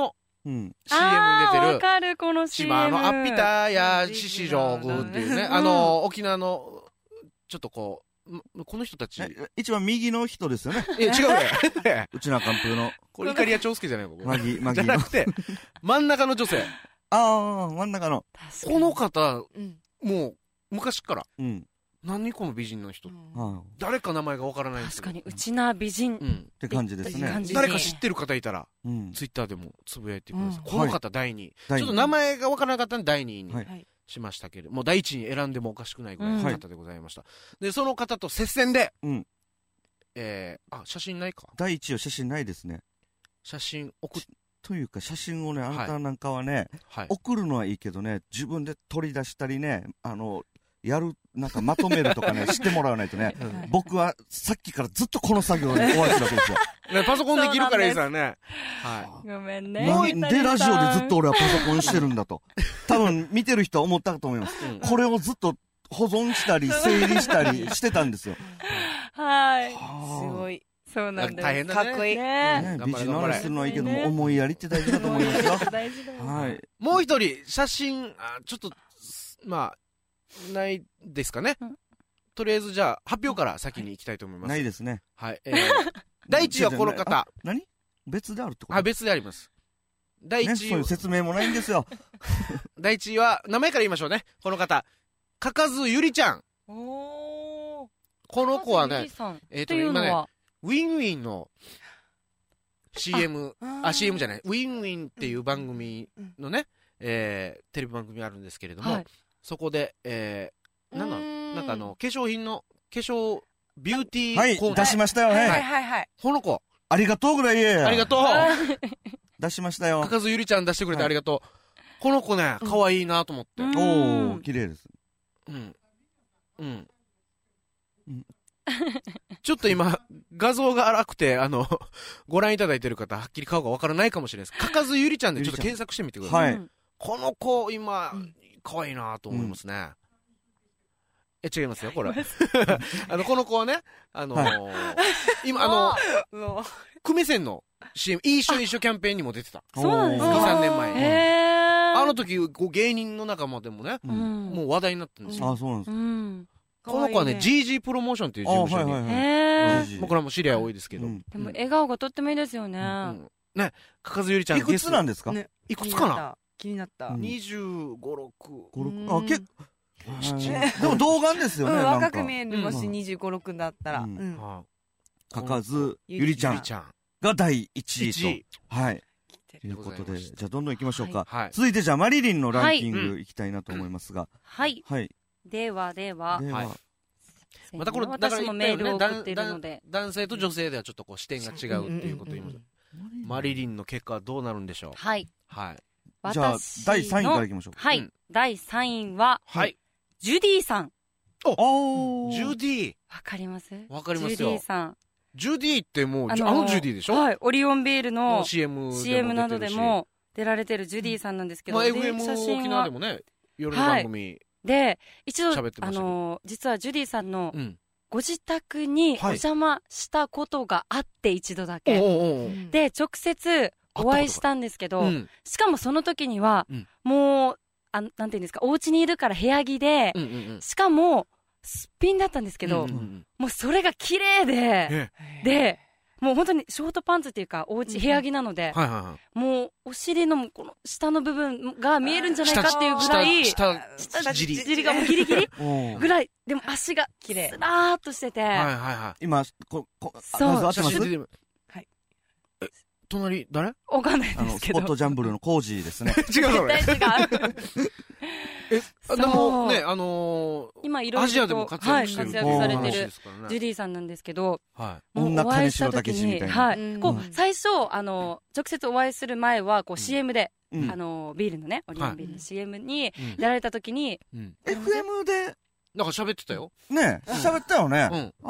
うん、 シーエム に出てる。 わかる、この シーエム。 島のアッピタや獅子城宮っていうね、あの、沖縄の、ちょっとこう、この人たち。 一番右の人ですよね。 え、違うね。 うちな寒風の。 これ、イカリア長介じゃないのマギ、マギの。じゃなくて、真ん中の女性。 ああ、真ん中の。 この方、もう、昔から。 うん。 何この美人の人。誰か名前がわからないんです確かに、うちな美人。 って感じですね。 誰か知ってる方いたら、ツイッターでもつぶやいてください。この方だいにい。ちょっと名前がわからなかったんでだいにいにしましたけど、もうだいいちに選んでもおかしくないぐらいの方でございました。で、その方と接戦で、えー、あ、写真ないか。 だいいちは写真ないですね。 写真送っというか写真をね、あなたなんかはね、送るのはいいけどね、自分で取り出したりね、あの、やる、なんかまとめるとかね、してもらわないとね、僕はさっきからずっとこの作業で終わってるわけですよ。 ね、パソコンできるからいいですよね。 はい。ごめんね。 で、ラジオでずっと俺はパソコンしてるんだと。多分見てる人は思ったと思います。これをずっと保存したり、整理したりしてたんですよ。 はい。 すごい。 そうなんです。 大変だね。 かっこいい。 美人の話するのはいいけども、思いやりって大事だと思いますよ。 大事だよ。 はい。 もう一人、写真、ちょっと、まあ、ないですかね。とりあえずじゃあ、発表から先に行きたいと思います。 ないですね。 はい。だいいちはこの方。 何別であるってこと？ あ、別であります。だいいち。 そういう説明もないんですよ。 だいいちは、名前から言いましょうね。この方。かかずゆりちゃん。 おー。 この子はね、えっと、今ね、ウィンウィンの シーエム、あ、シーエム じゃない、ウィンウィンっていう番組のね、えー、テレビ番組あるんですけれども、はい、そこで、えー、なんなんなんかあの、化粧品の、化粧、ビューティーはい、出しましたよね。 はいはいはい。 この子。 ありがとうぐらい言えや。 ありがとう。 出しましたよ。 かかずゆりちゃん出してくれてありがとう。はい、この子ね、可愛いなと思って。 おー、綺麗です。 うん。うん。うんちょっと今、画像が荒くて、あの、ご覧いただいている方、はっきり顔がわからないかもしれないです。かかずゆりちゃんでちょっと検索してみてください。はい。この子、今、可愛いなと思いますね。え、違いますよ、これ。あの、この子はね、あのー、今、あの、久米線の シーエム、一緒一緒キャンペーンにも出てた。 そうなんですか？ に、さんねんまえ。 へー。 あの時、芸人の仲間でもね、もう話題になったんですよ。 あ、そうなんですか。 この子はね、ジージー プロモーションっていう事務所に。 へー。 僕らも知り合い多いですけど。 でも、笑顔がとってもいいですよね。 ね、かかずゆりちゃん。 いくつなんですか？ いくつかな？ 気になった。 にじゅうご、ろく。 あ、結構。でも童顔ですよね。 若く見える、もしにじゅうご、ろくだったら。 かかずゆりちゃんがだいいちいと。はい。ということで、じゃあどんどん行きましょうか。続いてじゃあマリリンのランキング行きたいなと思いますが。 はい。はい。ではでは、 またこれ、 私もメールを送っているので、 男性と女性ではちょっとこう視点が違うっていうことを言います。マリリンの結果はどうなるんでしょう？はい。はい。 じゃあ、だいさんいからいきましょう。 はい。だいさんいは、はい。ジュディさん。 おジュディ。 わかります？ わかりますよ。 ジュディさん。 ジュディってもう、あのジュディでしょ？ はい。オリオンビールのシーエムシーエム などでも出られてるジュディさんなんですけど、 まあ エフエム 沖縄でもね、夜の番組。 で、一度、あの、実はジュディさんのご自宅にお邪魔したことがあって、一度だけ。で、直接お会いしたんですけど、しかもその時には、もう、あなんていうんですか、お家にいるから部屋着で、しかも、すっぴんだったんですけど、もうそれが綺麗で、で、もう本当にショートパンツっていうか、お家、部屋着なので、もうお尻のこの下の部分が見えるんじゃないかっていうぐらい、 下、下、 尻。尻がもうギリギリぐらい、でも足が綺麗。スラーっとしてて。はいはいはい。 今、こ、こ、 そう。 合ってます？ はい。 え、隣、誰？ わかんないですけど。 あの、スポットジャンブルのコージーですね。 違うそれ。 絶対違う。 え、でもね、あのー、 今いろいろアジアでも活躍してる、 はい、活躍されてるジュディさんなんですけど、 はい。 もうお会いした時に、はい。こう、最初、あの、直接お会いする前は、こう シーエム で、うん、あの、ビールのね、オリオンビールの シーエム に出られた時に、 うんうん、エフエム で、 なんか喋ってたよ。 ねえ、喋ったよね。 うん。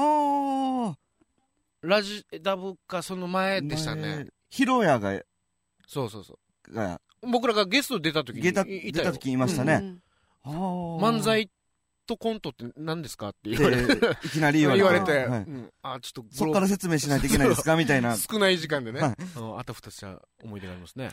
ああ。ラジダブかその前でしたね。 ヒロヤが、 そうそうそう。 が僕らがゲスト出た時にいたよ。出た時いましたね。 漫才とコントって何ですかって言われて。 いきなり言われて。 言われて。あ、ちょっと。 そっから説明しないといけないですかみたいな。 少ない時間でね。あたふたした思い出がありますね。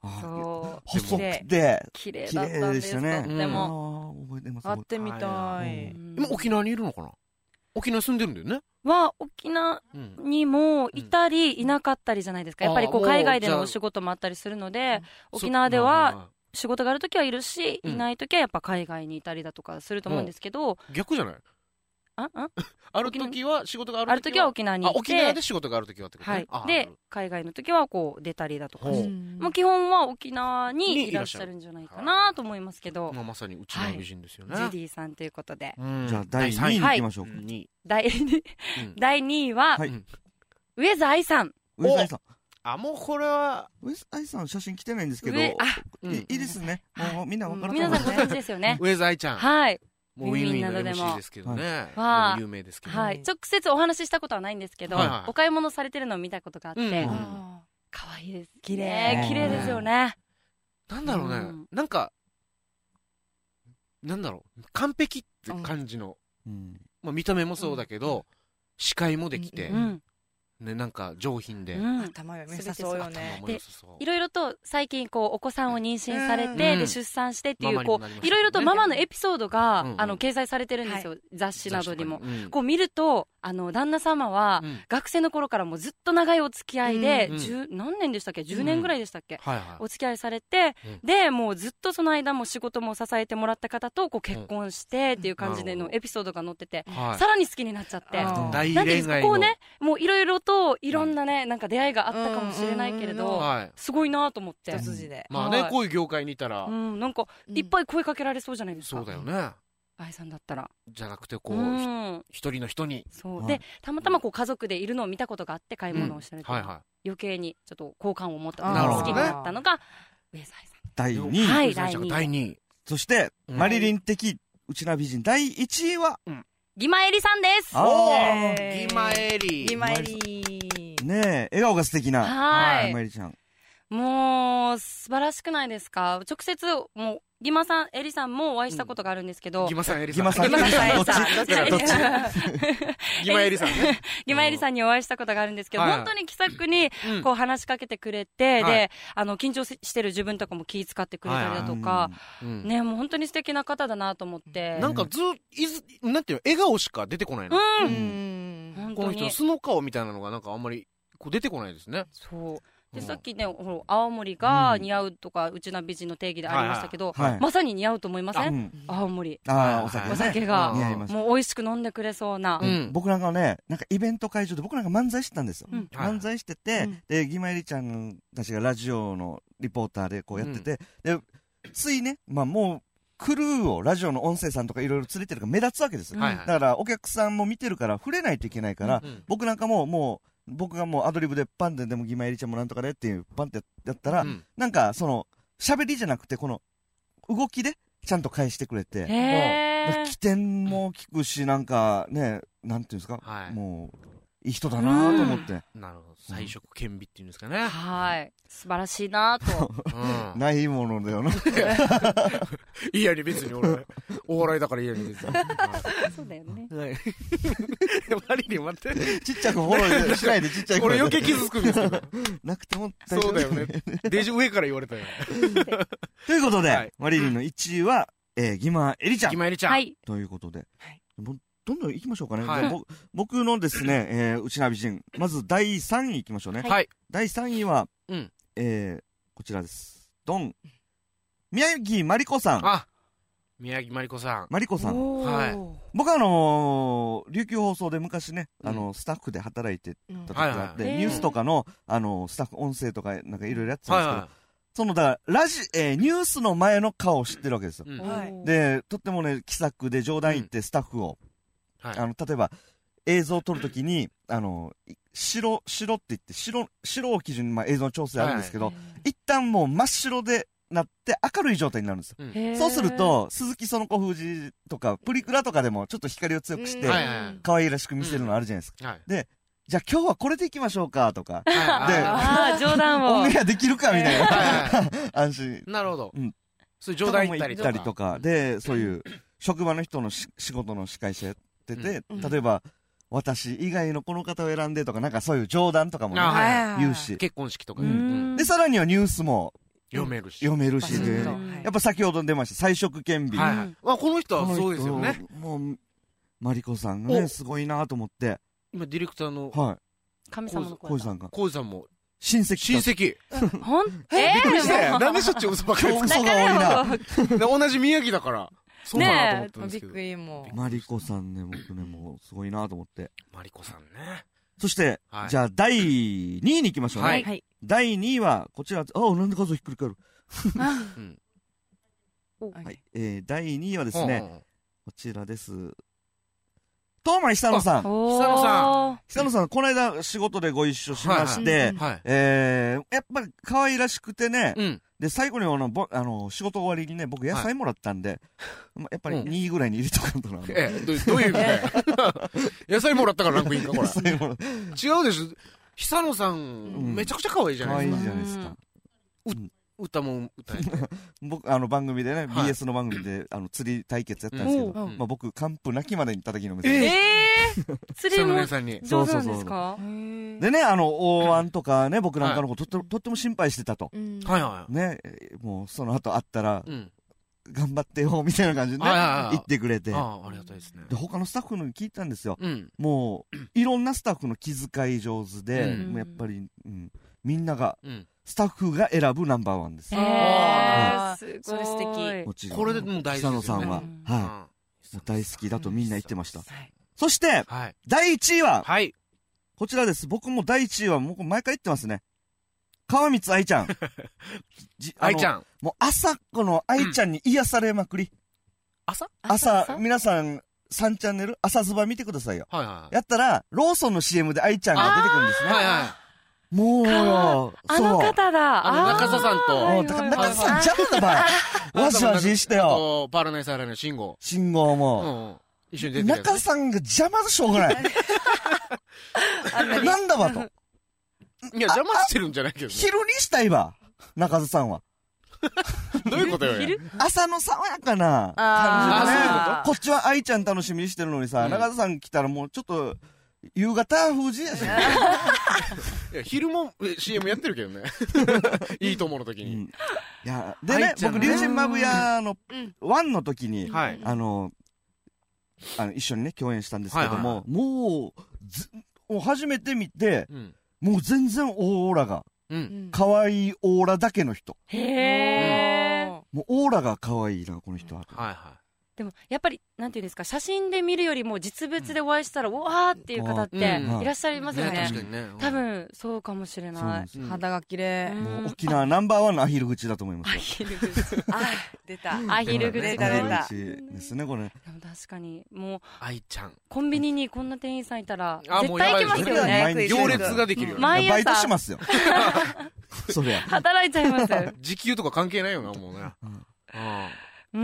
そう細くて綺麗だったんです。とっても覚えてます。 会ってみたい。 今沖縄にいるのかな。沖縄住んでるんだよね。 は沖縄にもいたりいなかったりじゃないですか。やっぱりこう海外でのお仕事もあったりするので、沖縄では仕事があるときはいるし、いないときはやっぱ海外にいたりだとかすると思うんですけど。 逆じゃない？ああある時は仕事がある時はある時は沖縄に行って、 沖縄で仕事がある時はってことね。 はい。で海外の時はこう出たりだとか、まあ基本は沖縄にいらっしゃるんじゃないかなと思いますけど、 まあまさにうちの美人ですよね。 ジュディさんということで、 じゃあだいにいに行きましょうか。 だいだいにいは上澤愛さん。 上澤愛さん。 あ、もうこれは上澤愛さん写真来てないんですけど、いいですね。もうみんな分かると思う。 皆さんご存知ですよね。 上澤愛ちゃん。 はい。 もうウィンウィンの エムシー ですけどね。 は有名ですけど。 はい。直接お話ししたことはないんですけど、お買い物されてるのを見たことがあって、可愛いです。綺麗。綺麗ですよね。 なんだろうね。なんか、なんだろう。完璧って感じの。まあ見た目もそうだけど、視界もできて、ね、なんか上品で、 頭良さそうよね。 でいろいろと最近こうお子さんを妊娠されて、で出産してっていうこういろいろとママのエピソードがあの掲載されてるんですよ、雑誌などにも。こう見るとあの旦那様は学生の頃からもずっと長いお付き合いで、十何年でしたっけ、じゅうねんぐらいでしたっけ、お付き合いされて、でもうずっとその間も仕事も支えてもらった方とこう結婚してっていう感じでのエピソードが載ってて、さらに好きになっちゃって、 大恋愛のこうね、もういろいろといろんなね、なんか出会いがあったかもしれないけれど、すごいなと思って。 一筋で。 まあね、こういう業界にいたら、 なんかいっぱい声かけられそうじゃないですか。 そうだよね。 愛さんだったら。 じゃなくてこう一人の人に。 そうで、たまたまこう家族でいるのを見たことがあって買い物をしてると、余計にちょっと好感を持ったのが好きになったのが上澤愛さん。 だいにい。 はい、 だいにい。 そしてマリリン的うちな美人だいいちいは。 ギマエリさんです。 おー、ギマエリ。 ギマエリ。 ねえ、笑顔が素敵な。 はい。 ギマエリちゃん。 もう、素晴らしくないですか？直接、もう、ギマさん、エリさんもお会いしたことがあるんですけど。 ギマさん、エリさん。 ギマさん、エリさん。どっちどっちギマエリさんね。 ギマエリさんにお会いしたことがあるんですけど、本当に気さくに、こう話しかけてくれて、で、あの、緊張してる自分とかも気遣ってくれたりだとか、ね、もう本当に素敵な方だなと思って。 なんかず、いず、なんていうの、笑顔しか出てこないの。 うん。 この人の素の顔みたいなのがなんかあんまり、こう出てこないですね。 そう。でさっきね、青森が似合うとか、うちな美人の定義でありましたけど、まさに似合うと思いません？青森。 ああ、 お酒がもう美味しく飲んでくれそうな。 僕なんかね、なんかイベント会場で僕なんか漫才してたんですよ。漫才してて、でギマエリちゃんたちがラジオのリポーターでこうやってて、でついね、まあもうクルーをラジオの音声さんとかいろいろ連れてるから目立つわけですよ。だからお客さんも見てるから触れないといけないから、僕なんかももう僕がもうアドリブでパンででもギマエリちゃんもなんとかでっていうパンってやったら、うん、なんかその喋りじゃなくてこの動きでちゃんと返してくれて、起点も聞くし、なんかね、なんていうんですか、はい、もういい人だなと思って。 なるほど。彩色兼備っていうんですかね。 はい。素晴らしいなと。 うん、ないものだよな。 いいやに別に俺、お笑いだからいいやに別に。 そうだよね。 はい。マリリン待って。 ちっちゃくフォローしないでちっちゃい俺余計傷つくんですけど。 なくても大丈夫。そうだよね。デジ上から言われたよ。 ということで、はい、マリリンのいちいは、えー、ギマエリちゃん。 ギマエリちゃん。はい。 ということで。はい。どんどん行きましょうかね。はい、僕のですね、えー、うちな美人。まずだいさんい行きましょうね。はい。だいさんいは、うん、えー、こちらです。ドン。宮城まりこさん。 あ、宮城まりこさん。 まりこさん。はい。僕はあのー、琉球放送で昔ね、あのー、スタッフで働いてた時があって、ニュースとかの、あのー、スタッフ音声とかなんかいろいろやってたんですけど、はいはい、その、だから、ラジ、えー、ニュースの前の顔を知ってるわけですよ。うん、で、とってもね、気さくで冗談言ってスタッフを、うんはい、あの、例えば、映像を撮るときに、あの、白、白って言って、白、白を基準に、まあ、映像の調整あるんですけど、はい、一旦もう真っ白でなって明るい状態になるんですよ。うん、そうすると、鈴木園子封じとか、プリクラとかでもちょっと光を強くして、可愛らしく見せるのあるじゃないですか。うんはい、で、じゃあ今日はこれでいきましょうかとか。で、 ああ、冗談を。 オンエアできるかみたいな。安心。 なるほど。うん。そういう冗談言ったりとか。 言ったりとか。で、そういう、職場の人の仕事の司会者やってて、うん、例えば、私以外のこの方を選んでとか、なんかそういう冗談とかも、ね、言うし。 結婚式とか、ねうん。で、さらにはニュースも読めるし。 読めるしで、やっぱ先ほど出ました、才色兼備。 はいはい。まあ、この人はそうですよね。 もう、マリコさんがね、すごいなと思って。 今、ディレクターの。 はい。 神様のコウジさんが。 コウジさんも。 親戚。 親戚。 ほんえびっくりしたよ。なんでしょっちゅう嘘ばっかり嘘が多いな。 同じ宮城だから。そうかなと思ったんですけど。 びっくりもマリコさんね、僕ね、もうすごいなと思って。 マリコさんね。 そして、じゃあだいにいに行きましょうね。はい。だいにいは、こちら、あ、なんで数ひっくり返る。はい。えー、だいにいはですね、こちらです。東間久野さん。 久野さん。 久野さん、この間仕事でご一緒しまして、えー、やっぱり可愛らしくてね、で、最後にあの、ぼ、あの、仕事終わりにね、僕野菜もらったんで、やっぱりにいぐらいに入れとかんとな。 え、どういう意味で野菜もらったからランクインか、これ。違うでしょ。久野さん、めちゃくちゃ可愛いじゃないですか。 可愛いじゃないですか。 歌も歌えて。 僕、あの番組でね、ビーエス の番組で、あの、釣り対決やったんですけど、まあ僕、完膚なきまでに叩きのめせて。 えぇ釣りも上手なんですか？ でね、あの、大湾とかね、僕なんかのこと、とっても心配してたと。 はいはい。 ね、もう、その後会ったら、頑張ってよ、みたいな感じでね、言ってくれて。 ああ、ありがたいですね。 で、他のスタッフのに聞いたんですよ。もう、いろんなスタッフの気遣い上手で、やっぱり、みんなが、スタッフが選ぶナンバーワンです。 へー、すごい。 それ素敵。 もちろん。 これでもう大事ですよね。 久野さんは、はい。大好きだとみんな言ってました。そして、だいいちいは、こちらです。僕もだいいちいは、もう毎回言ってますね。川光愛ちゃん。 愛ちゃん。 もう朝、この愛ちゃんに癒されまくり。 朝朝、皆さん、さんチャンネル、朝ズバ見てくださいよ。やったら、ローソンの シーエム で愛ちゃんが出てくるんですね。はいはい。もうよ、 あの方だ。 あの、中澤さんと。 中澤さん、邪魔だばい。わしわししてよ。 パーラナイスアライの信号。 信号も。 一緒に出てる。 中さんが邪魔でしょうがない。なんだばと。 いや、邪魔してるんじゃないけど。 昼にしたいわ。中澤さんは。 どういうことよ。 朝の爽やかな感じでね。こっちは愛ちゃん楽しみにしてるのにさ、中澤さん来たらもうちょっと、夕方風じやし。いや、昼も シーエム やってるけどね。いいと思うの時に。いや、でね、僕、龍神マブヤのワンの時に、あの、あの、一緒にね、共演したんですけども、もう、初めて見て、もう全然オーラが、可愛いオーラだけの人。 へー。 もうオーラが可愛いな、この人は。 はいはい。 でも、やっぱり、なんていうんですか、写真で見るよりも実物でお会いしたら、うわーっていう方っていらっしゃいますよね。 確かにね。 多分、そうかもしれない。 肌が綺麗。 もう沖縄ナンバーワンのアヒル口だと思いますよ。 アヒル口。 あ、出た。 アヒル口。 出た出た。 ですね、これ。 でも確かに、もう、 愛ちゃん。 コンビニにこんな店員さんいたら、絶対行きますよね。 行列ができるよね。 バイトしますよ。そりゃ。 働いちゃいます。 時給とか関係ないよな、もうね。 うん、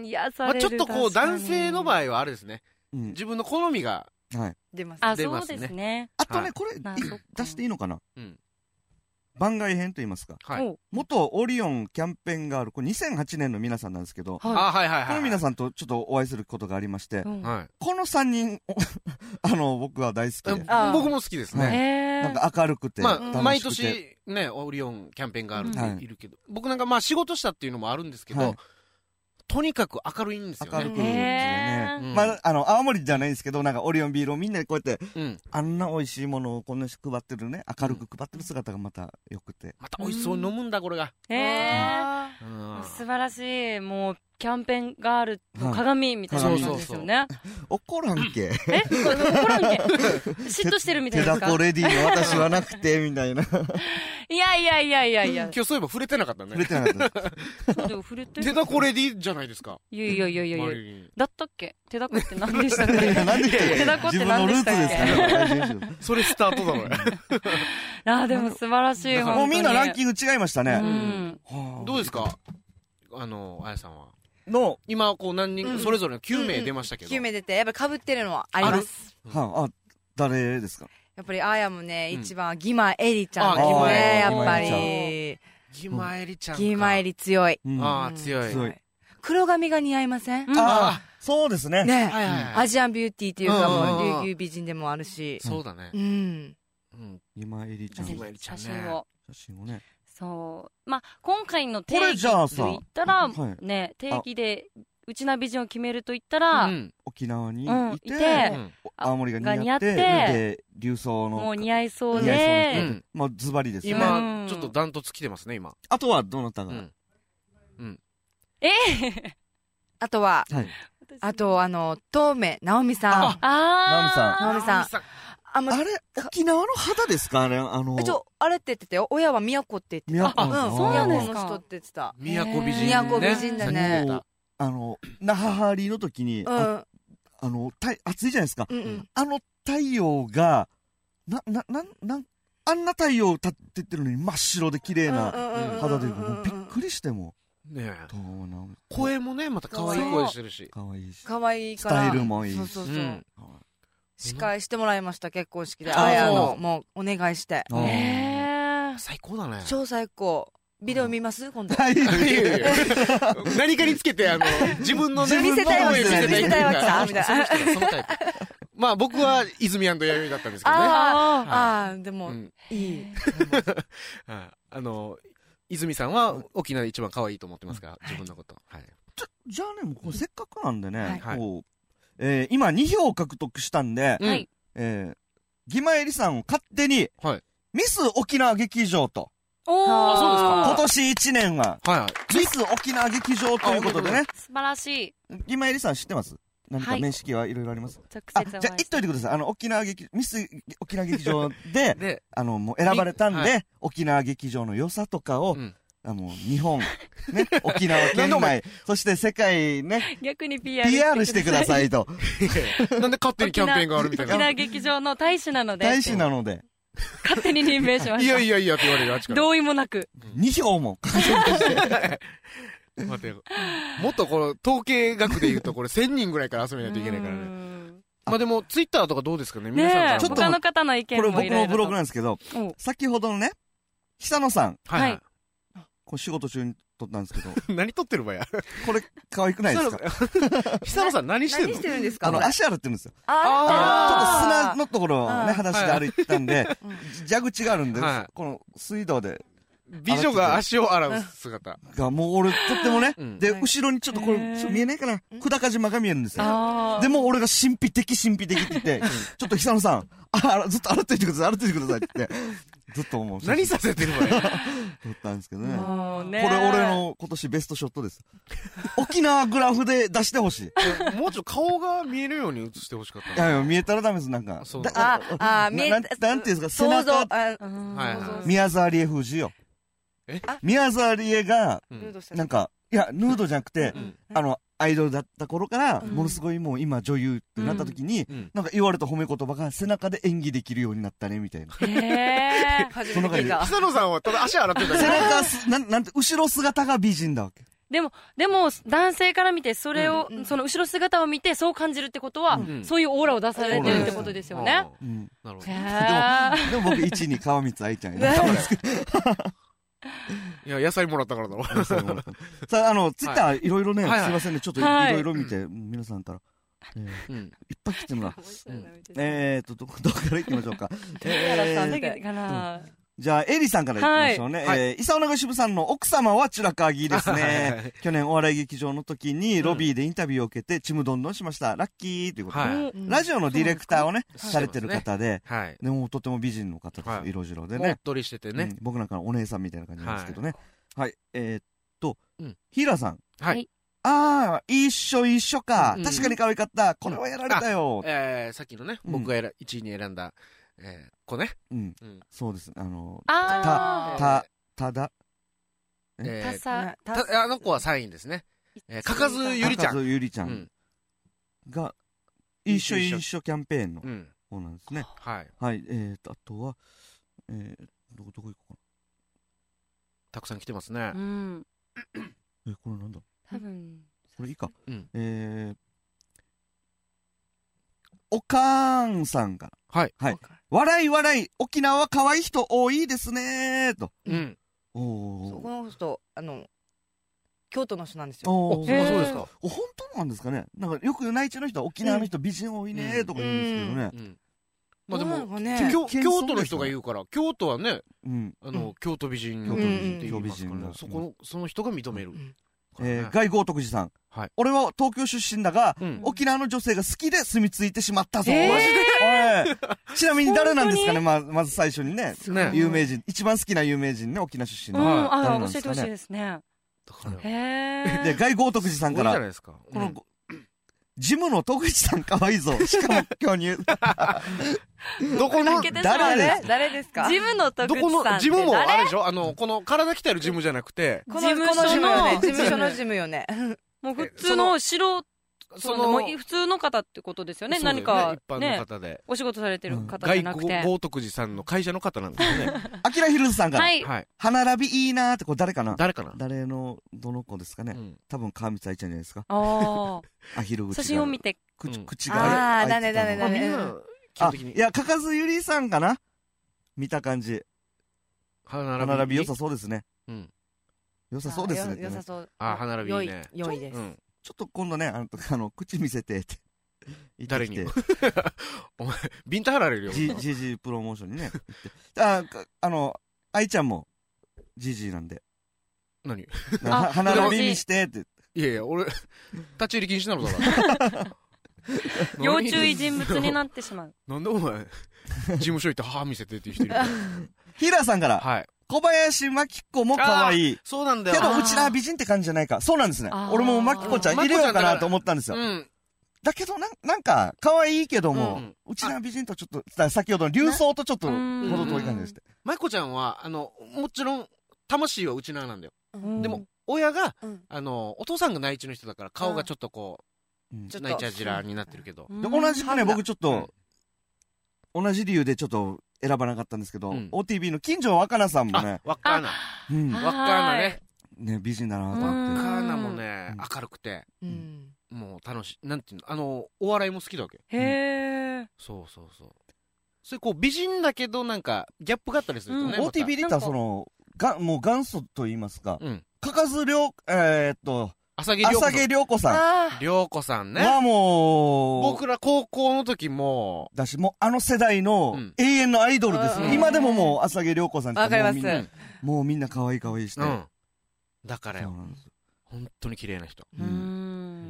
癒される。 ちょっとこう、男性の場合はあれですね。自分の好みが出ます。 あ、そうですね。 あとね、これ、出していいのかな番外編と言いますか。元オリオンキャンペーンガール、これにせんはちねんの皆さんなんですけど、この皆さんとちょっとお会いすることがありまして、このさんにん、あの、僕は大好きで。 僕も好きですね。 なんか明るくて。 まあ、毎年ね、オリオンキャンペーンガールっているけど、僕なんかまあ仕事したっていうのもあるんですけど、とにかく明るいんですよね。 明るくね。まあ、あの、青森じゃないんですけど、なんかオリオンビールをみんなでこうやって、あんな美味しいものをこんなに配ってるね、明るく配ってる姿がまた良くて。 また美味しそうに飲むんだ、これが。 へー。素晴らしい。もう、キャンペーンガールの鏡みたいな感じですよね。 怒らんけ。 え怒らんけ嫉妬してるみたいですか？ 手だこレディーの私はなくて、みたいな。 いやいやいやいやいや。 今日そういえば触れてなかったね。 触れてなかった。 そうでも触れてる。 手だこレディーじゃないですか。 いやいやいやいやいや。だったっけ？手だこって何でしたっけ？ 何でしたっけ？ 手だこって何でしたっけ？ それスタートだろ。 あ、でも素晴らしい。 もうみんなランキング違いましたね。 どうですか？あの、あやさんは。 の、 今、こう何人、それぞれのきゅうめい出ましたけど。 きゅうめい出て、やっぱ被ってるのはあります。 はあ、誰ですか？ やっぱり、あやもね、一番、ギマエリちゃんですね、やっぱり。 ギマエリちゃん。 ギマエリ強い。 ああ、強い。 黒髪が似合いません？ ああ、そうですね。 ね。アジアンビューティーっていうか、もう、琉球美人でもあるし。 そうだね。 うん。 ギマエリちゃん。 ギマエリちゃんね。 写真を。 写真をね。 そう。まあ、今回の定これ義じゃあさと言ったら、 はいね、定義で、うちな美人を決めると言ったら、 うん沖縄にうんいて、 いて青森が似合って、 が似合ってで、流装の。 もう似合いそう似合いそうなで、 人うんまあ、ズバリですよね。 今、ちょっとダントツ来てますね、今。 あとはどなたが、 うん。うん。 ええあとは、 はい。 あと、あの、東目直美さん。 あ直美さんあ直美さん。あ、もうあれ沖縄の肌ですかあれあのえちょ、あれって言ってたよ。親は都って言ってた。 宮古うん、 そうなんですか宮古の人って言ってた。 宮古美人ね。 宮古美人だねさっき言ったあの、那覇ハーリーの時に、 うん。 ああの、た暑いじゃないですか。 うんうん。 あの太陽が、な、な、な、なん、あんな太陽立ってってるのに真っ白で綺麗な肌で、もうびっくりしても。 ねえ。 どうなん声もね、また可愛い声してるし。 かわいいし。 可愛いから。 スタイルもいいしそうそうそう。 うん司会してもらいました、結婚式で。 ああやその、 うもう、お願いして。 あーええ最高だね。 超最高。ビデオ見ます今度。 はい。 いやいやいや何かにつけて、あの、自分のね、 見せたいわけ見せたい見せたいわけさみたいなその人がそのタイプ。まあ僕は泉弥生だったんですけどね。 あああ、ああ、でも、 うんいい。 はいあの、泉さんは沖縄で一番可愛いと思ってますから、自分のこと。はい。 じゃ、じゃあね、もうこれせっかくなんでね、 はいこう、えー今に票獲得したんで、 うんはい。 えー、ギマエリさんを勝手に、 はいミス沖縄劇場と、 おー。 あそうですか今年いちねんは、 はいはい。 ミス沖縄劇場ということでね、 素晴らしい。 ギマエリさん知ってます何かはい面識はいろいろあります、 直あ、 接じゃあ言っといてください。あの、沖縄劇、ミス沖縄劇場で、 で、 あの、もう選ばれたんで、 は沖縄劇場の良さとかを、 うんあの、日本、ね、沖縄県なんでお前内、そして世界ね、 逆に ピーアール。 ピーアール してください。 いと。 なんで勝手にキャンペーンがあるみたいな。 沖縄劇場の大使なので、 大使なので、 勝手に任命しまいした。 やいやいやって言われる、あっちから。 同意もなく。 に票も。 待って、もっとこの統計学で言うとこれせんにんぐらいから集めないといけないからね。 ね。 まあでも、ツイッターとかどうですかね皆さんかねえ、 ら。 ちょっと他の方の意見これ僕もいろいろと。 のブログなんですけど、 お先ほどのね、久野さん、 はいはい。 これ仕事中に撮ったんですけど、 何撮ってるばや。 これ可愛くないですか久野さん何してん何のしてるんですかあの、 これ足洗ってるんですよ。 あちょっと砂あのところをね、 うん裸足で歩いてたんで、蛇口があるんではい、 この水道で、 美女が足を洗う姿。 がもう俺とってもねう、んで、 はい後ろにちょっとこれ、 へーちょっと見えないかな久高島が見えるんですよ。 あーでも俺が神秘的神秘的って言って、ちょっと久野さん、あ、ずっと洗っといてください、洗っといてくださいって言って、ずっと思う。 何させてるばや。 撮ったんですけどね。こもうね。 れ俺の今年ベストショットです。沖縄グラフで出してほしい。 もうちょっと顔が見えるように映してほしかったいやいや、見えたらダメです、なんか。 そうだあ、あ、見えななんなんていうんですか、背想像、 中、 あ、 うんはいはい宮沢りえ風じよ。 え宮沢りえが、 うんなんか、いや、ヌードじゃなくて、 うんあの、アイドルだった頃から、 うんものすごいもう今女優ってなった時に、 うんなんか言われた褒め言葉が背中で演技できるようになったね、みたいな。 へー。 初めて聞いた。 久野さんはただ足洗ってた背だ中す、なん、なんて、後ろ姿が美人だわけ。 でも、でも、男性から見て、それを、 うんその後ろ姿を見て、そう感じるってことは、 うんそういうオーラを出されてるってことですよね。 あうん。 ーなるほど。 へー。 でも僕いちいに川光愛ちゃんやね。 いや、野菜もらったからだろ。 さあ、あの、ツイッターいろいろね、すはいはいいませんね、ちょっといはいろいろ見て、皆さんから。えーうん。 いっぱい来てるな。 うんえーと、どこ、どこから行きましょうか。 原さんえーだけかな。 じゃあ、エリさんから行きましょうね。 はいえー、伊佐尾長渋さんの奥様はチュラカギですはいはいはね。去年お笑い劇場の時にロビーでインタビューを受けて、ちむどんどんしました。ラッキーということで。 はいうんラジオのディレクターをね、 そうされてる方で、 はい。 でもとても美人の方ですよ。 はい色白でもっね。 とりしててねうん。僕なんかのお姉さんみたいな感じなんですけどね。はい。えーっとうん、 ヒラさん。 はい。 あー、一緒一緒かう。ん確かに可愛かった。これはやられたよ。 えー、さっきのね、 うん僕が選いちいに選んだ、えー、子ね。 うんうん。 そうです。あの、 あた、ただ、 ー。 えーたさ、 たあの子はさんいですね。えー、かかずゆりちゃん。 高津ゆりちゃうんん。 が、一緒一緒キャンペーンのうん。 方なんですね。 はい。 はい。えーと、あとは、えー、どこ、どこ行こうかたくさん来てますねう。ん。 な。え、これなんだ多分。 これいいか。 うん。 えー、おかーんさんから。 はい。 はい。笑い笑い、沖縄は可愛い人多いですねーと。 うん。 おー。 そうこの人、あの、京都の人なんですよ。 お、 おーそうそうですか。 お本当なんですかねなんかよく内地の人は沖縄の人美人多いねーとか言うんですけどね。 うん。 まあでも、 ね、 京都の人が言うから、京都はね、 うん、 あの、うん、京都美人、 京都美人って言いますからね。 そこ、その人が認める。うんえー、外豪徳寺さん、はい、俺は東京出身だが、うん、沖縄の女性が好きで住み着いてしまったぞ。 えー、 マジでちなみに誰なんですかね、ま, まず最初にね、ね有名人、一番好きな有名人ね、沖縄出身の。 うん、あ、教えてほしいですね。 へー。で、外豪徳寺さんから、この、うんジムの戸口さん可愛いぞ。しかも今日にどこの誰です誰ですか？ ジムの戸口さんって誰？ どこのジムもあれでしょ？あのこの体鍛えるジムじゃなくて、 このジムのジムよね。事務所のジムよね。 もう普通の素そのもう普通の方ってことですよね。何か一般の方でお仕事されてる方じゃなくて、 豪徳寺さんの会社の方なんですよね。 あきらひるずさんから、 はい歯並びいいなーってこれ誰かな？ 誰かな？ 誰のどの子ですかね？多分川光愛ちゃんじゃないですか。 ああひる口写真を見て口がああだねだねだね。 あいやかかずゆりさんかな？見た感じ歯並び良さそうですね。うん良さそうですね。 良さそう。 あ歯並びいいね。 良いです。 ちょっと今度ね、あの、あの口見せてって。 誰にお前、ビンタ貼られるよ。 ジージー プロモーションにね。あ、あの、愛ちゃんも、ジージー なんで。 何歯並び見してって。 いやいや、俺、立ち入り禁止なのだから。 要注意人物になってしまう。 なんでお前、事務所行って歯見せてっていう人いる。 ヒーラーさんから。 はい。 小林真紀子も可愛い。 そうなんだよ。 けど、うちら美人って感じじゃないか。そうなんですね。俺も真紀子ちゃん入れようかなと思ったんですよ。うん。だけど、な、なんか、可愛いけども、うん、うちら美人とちょっと、先ほどの流走とちょっと、ほど遠い感じでして。 真紀子ちゃんは、あの、もちろん、魂はうちななんだよ。うん、でも、親が、うん、あの、お父さんが内地の人だから、顔がちょっとこう、うん、ナイチャージラーになってるけど。 で、同じくね、僕ちょっと、同じ理由でちょっと、選ばなかったんですけど、うん、オーティービー の金城若菜さんもね。 若菜。うん。若菜ね。 ね、美人だなと思って。若菜もね、明るくて、うん、もう楽しい。なんていうの、あの、お笑いも好きだわけ。 へー。 そうそうそう。それこう、美人だけど、なんか、ギャップがあったりするとね。 オーティービー で言ったら、その、が、もう元祖と言いますか、うん。かかずりょう、えー、っと、 浅毛涼子さん。涼子さんね。 まあもう、僕ら高校の時も、 だし、もうあの世代の永遠のアイドルですね。今でももう浅毛涼子さんってわかります。 もうみんな可愛い可愛いして。うん。 だからよ。本当に綺麗な人。うん。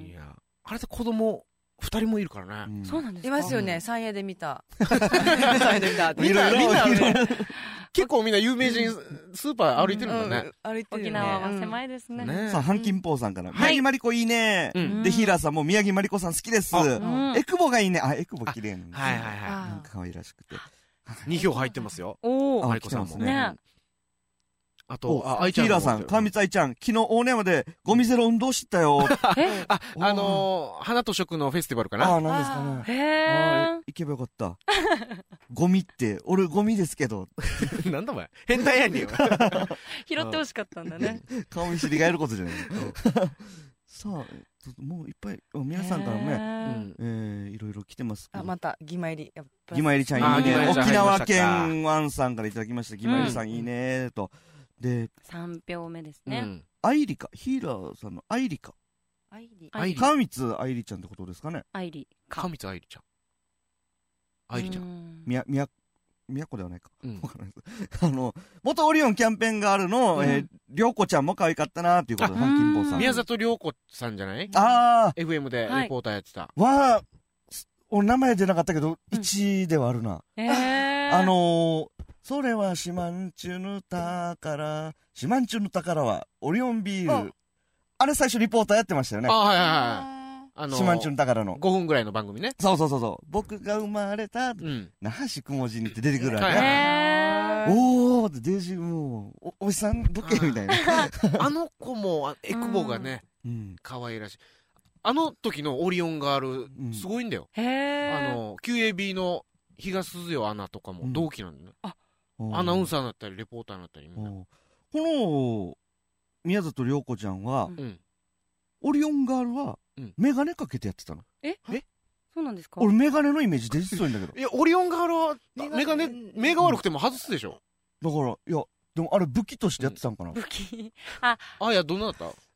いや、あれで子供、二人もいるからね。 そうなんですか？ いますよね。三栄で見た。三栄で見た。 みんな、みんな、結構みんな有名人、スーパー歩いてるんだね。 歩いてる。 沖縄は狭いですね。 さあ、ハンキンポーさんから。宮城まりこいいね。で、ヒーラーさんも宮城まりこさん好きです。エクボがいいね。あ、エクボ綺麗なんです。 はいはいはい。 可愛らしくて。 に票入ってますよ。 おー。 まりこさんもね。 あと、 あ、愛ちゃん。ヒーラーさん、川光愛ちゃん、昨日大根山でゴミゼロ運動したよ。 えあ、あの、花と食のフェスティバルかな。 あ、なんですかね。 へー。 行けばよかった。ゴミって、俺ゴミですけど。 なんだお前。変態やんねんよ。 拾ってほしかったんだね。 顔見知りがやることじゃない。さあ、もういっぱい、皆さんからね、えー、いろいろ来てます。 あ、また、ぎまいり。 ぎまいりちゃんいいね。沖縄県ワンさんからいただきました。ぎまいりさんいいねと。で、 さん票目ですね。 アイリカ、ヒーラーさんのアイリカ。 アイリ。 川光愛理ちゃんってことですかね。 アイリ。 川光愛理ちゃん。愛理ちゃん。 みや、みや、みやこではないか。あの、元オリオンキャンペーンガールの、え、りょうこちゃんも可愛かったなっていうことで、ハンキンポーさん。 宮里りょうこさんじゃない？ ああ。 エフエム でレポーターやってた。 は、お名前出なかったけど、いちいではあるな。あの、それはシマンチュの宝、シマンチュの宝はオリオンビール。あれ最初リポーターやってましたよね。 あ、はいはいはい。あのー、シマンチュの宝の。 ごふんぐらいの番組ね。 そうそうそうそう。僕が生まれた、うん、那覇市雲寺にって出てくるわけ。おーってデージもう、お、おじさんボケみたいな。 あの子も、エクボがね、うん、可愛らしい。あの時のオリオンガール、すごいんだよ。 へー。 あの、キューエービー の比嘉鈴代アナとかも同期なんだよね。うん、あアナウンサーになったり、レポーターになったり。この、宮里涼子ちゃんは、うん、オリオンガールは、メガネかけてやってたの。 ええそうなんですか？ 俺メガネのイメージ出しそうんだけど。 いや、オリオンガールは、メガネ、目が悪くても外すでしょ。 だから、いや、でもあれ武器としてやってたんかな。 武器あ、 あ、いや、どんなだった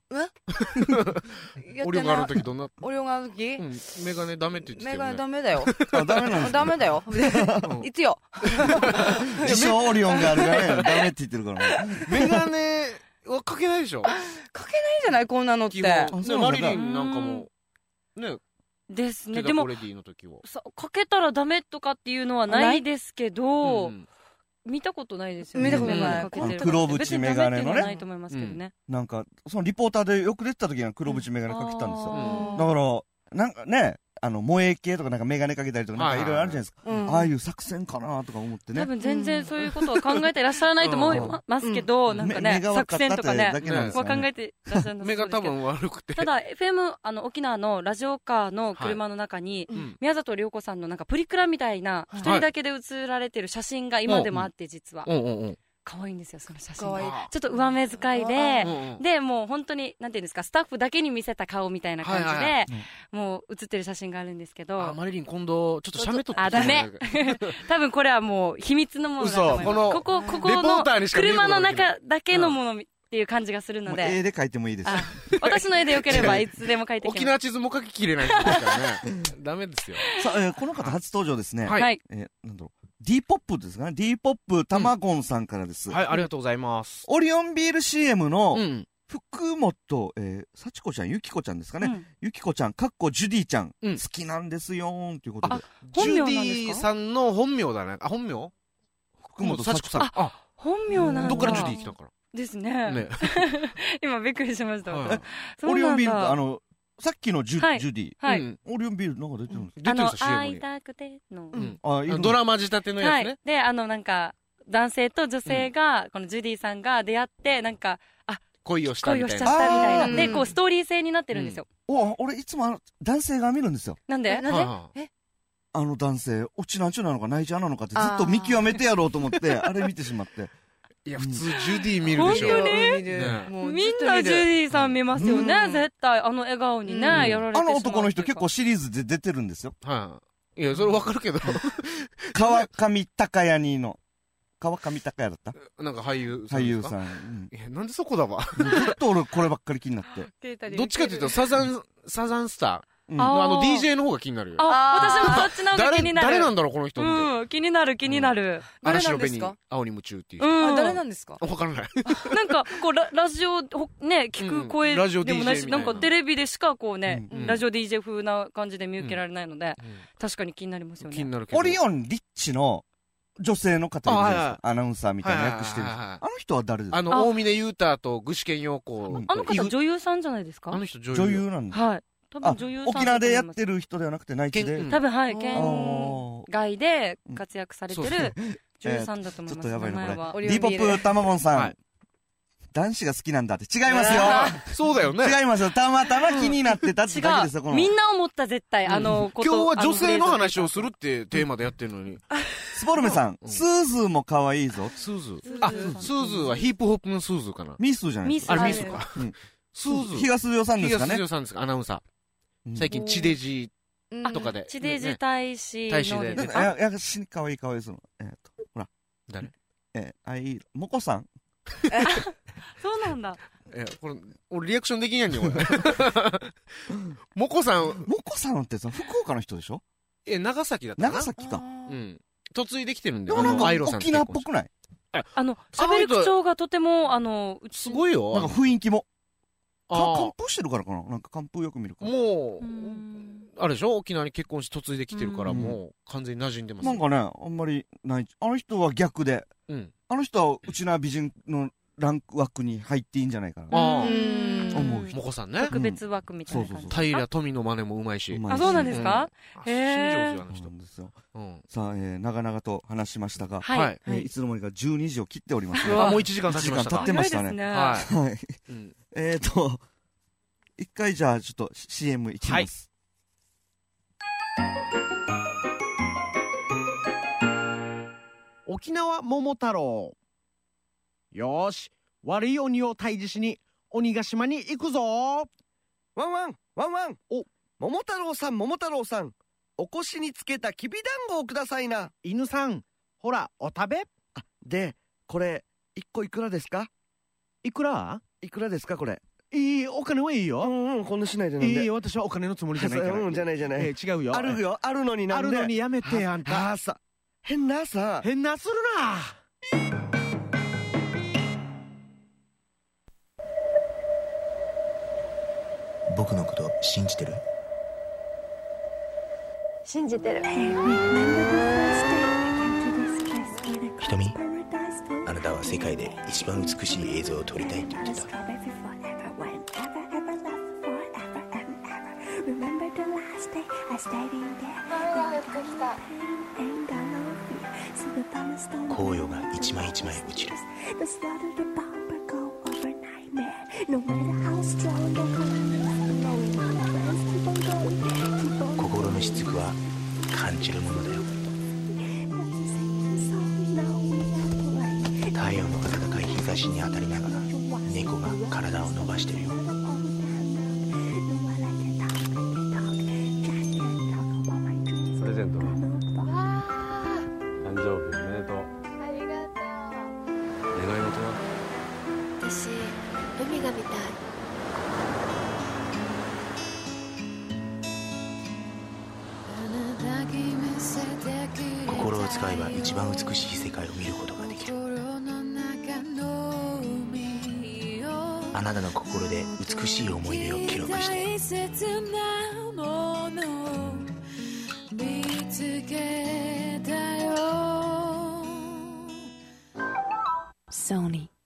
えオリオンがある時どんなオリオンがある時、 うん、メガネダメって言ってたよね。 メガネダメだよ。 あ、ダメなんですダメだよ。いつよ。 自称オリオンがあるからね、ダメって言ってるからね。 メガネはかけないでしょ。 かけないじゃないこんなのって。 ね、マリリンなんかもねですね。でもレディの時はかけたらダメとかっていうのはないですけど、うん、見たことないですよね。 見たことない。 黒縁メガネのね。 ないと思いますけどね。 うん、なんかそのリポーターでよく出てた時には黒縁メガネかけたんですよ。うん、だからなんかね。あの萌え系とかなんかメガネかけたりとかなんかいろいろあるじゃないですか、うん、ああいう作戦かなとか思ってね。 多分全然そういうことを考えていらっしゃらないと思いますけど、うん、なんかね作戦とかねこう考えていらっしゃるんですけど、 目が多分悪くて。 ただ エフエム あの沖縄のラジオカーの車の中に、はい、宮里涼子さんのなんかプリクラみたいな一人だけで写られてる写真が今でもあって、実は。うんうんうん、可愛いんですよその写真が。ちょっと上目遣いで、でもう本当になんていうんですか、スタッフだけに見せた顔みたいな感じで、はいはいはい、もう写ってる写真があるんですけど。 あ、マリリン今度ちょっと喋っとって。 あ、ダメ。多分これはもう秘密のものだと思います。このここここの車の中だけのものっていう感じがするので。 絵で描いてもいいです。 私の絵でよければいつでも描いてきます。 沖縄地図も描ききれないですからね。ダメですよ。 さあ、えー、この方初登場ですね。 はい。 えー、なんだろう。D ポップですかね。D ポップたまごんさんからです、 うん。はい、ありがとうございます。 オリオンビール シーエム の福本、えー、幸子ちゃん、ゆきこちゃんですかね。うん、ゆきこちゃん、かっこジュディちゃん、うん、好きなんですよーんということで。 ジュディさんの本名だね。あ、本名？福本幸子さん。 あ、本名なんだ。 どっからジュディ来たから。 ですね。ね今びっくりしました。はい、 オリオンビール、あの、さっきのジュ、はい、ジュディ、 はい、うん、 オリオンビールなんか出てるんですか？ 出てるんですよ、シーエム に。 会いたくての、 うん、あ、いいドラマ仕立てのやつね、はい、 で、あのなんか男性と女性が、うん、このジュディさんが出会ってなんかあ恋をしたみたいな、 恋をしちゃったみたいなで、こうストーリー性になってるんですよ、 うん、お、俺いつもあの男性が見るんですよ。 なんでなんで、はあ、えあの男性おっちなんちゅうなのかないちゃなのかってずっと見極めてやろうと思ってあれ見てしまって。 いや普通ジュディ見るでしょ。 本当に、ね、もうみんなジュディさん見ますよね、うん、絶対あの笑顔にね、うん、やられてしまう。 あの男の人結構シリーズで出てるんですよ。 はい、あ、いやそれわかるけど川上隆也にの川上隆也だったなんか俳優さん俳優さん、うん、 いやなんでそこだわずっと俺こればっかり気になってどっちかというとサザンサザンスターうん、あの ディージェー の方が気になるよ。 あ、私もそっちの方が気になる。 誰なんだろうこの人って。 うん、気になる気になる。 誰なんですか？青に夢中っていう。 あ、誰なんですか？ わからない。 なんかこうララジオね聞く声でもないし、なんかテレビでしかこうねラジオ ディージェー 風な感じで見受けられないので、確かに気になりますよね。 気になるけど。 オリオンリッチの女性の方いるじゃないですか。アナウンサーみたいな役してる。あの人は誰ですか？ あの大峰雄太と具志堅用子。 あの方女優さんじゃないですか？ あの人女優なんだ。 はい。多分女優さん沖縄でやってる人ではなくて内地で、 多分はい県外で活躍されてる女優さんだと思います。 ちょっとやばいなこれ。D ポップたまごんさん、男子が好きなんだって違いますよ。 そうだよね。 違いますよ。たまたま気になってたってだけですよ。このみんな思った絶対あの今日は女性の話をするってテーマでやってるのに。 スポルメさん、スーズーも可愛いぞ。 スーズー。あ、スーズーはヒップホップのスーズーかな。 ミスーじゃないですか。 あれミスーか。 スーズー。東出さんですかね。 東出さんですか、アナウンサー。最近地デジとかで地デジ大使大使でややしかわいいかわいいそのえっとほら誰えあいもこさんそうなんだ。 えこれ俺リアクションできないんだよもこさんもこさんってさ福岡の人でしょ？ え長崎だった長崎か。 うん嫁いできてるんで。 あのアイロさん沖縄っぽくない？ あの喋り口調がとてもあのすごいよ。 なんか雰囲気も完封してるからかな。なんか完封よく見るから。 もうあれでしょ、沖縄に結婚して嫁いできてるからもう完全に馴染んでます。 なんかねあんまりない。あの人は逆で、うん、あの人はうちな美人のランク枠に入っていいんじゃないかな。ああ思う。もこさんね。 特別枠みたいな感じ。 平富の真似もうまいし。 あ、そうなんですか？ へえ。新庄寺の人ですよ。さあ長々と話しましたが、 はい。 いつの間にかじゅうにじを切っております。 あ、もういちじかん経ちました。 経ってましたね。 はい。 えっと。一回じゃあちょっと シーエム いきます、 はい、 沖縄桃太郎。よーし悪い鬼を退治しに鬼ヶ島に行くぞ。ワンワンワンワン。お桃太郎さん桃太郎さん、お腰につけたきびだんごをくださいな。犬さんほらお食べ。あでこれいっこいくらですか？いくらいくらですかこれ。 いいお金はいいよ。 うんうん、こんなしないでなんで。 いいよ、私はお金のつもりじゃないから。 うん、じゃないじゃない。 えー、違うよ。 あるよ、あるのになんで。 あるのにやめて、あんた。 朝。変な朝。 変なするな。 僕のこと信じてる？ 信じてる。 ひとみ、あなたは世界で一番美しい映像を撮りたいと言ってた。紅葉が一枚一枚落ちる。心の雫は感じるものだよ。太陽の暖かい日差しに当たりながら猫が体を伸ばしてるよ。 プレゼントが誕生日おめでとう。 ありがとう。 願い事は？ 私、海が見たい。 心を使えば一番美しい世界を見ることができる。あなたの心で美しい思い出を記録して。 ソニー。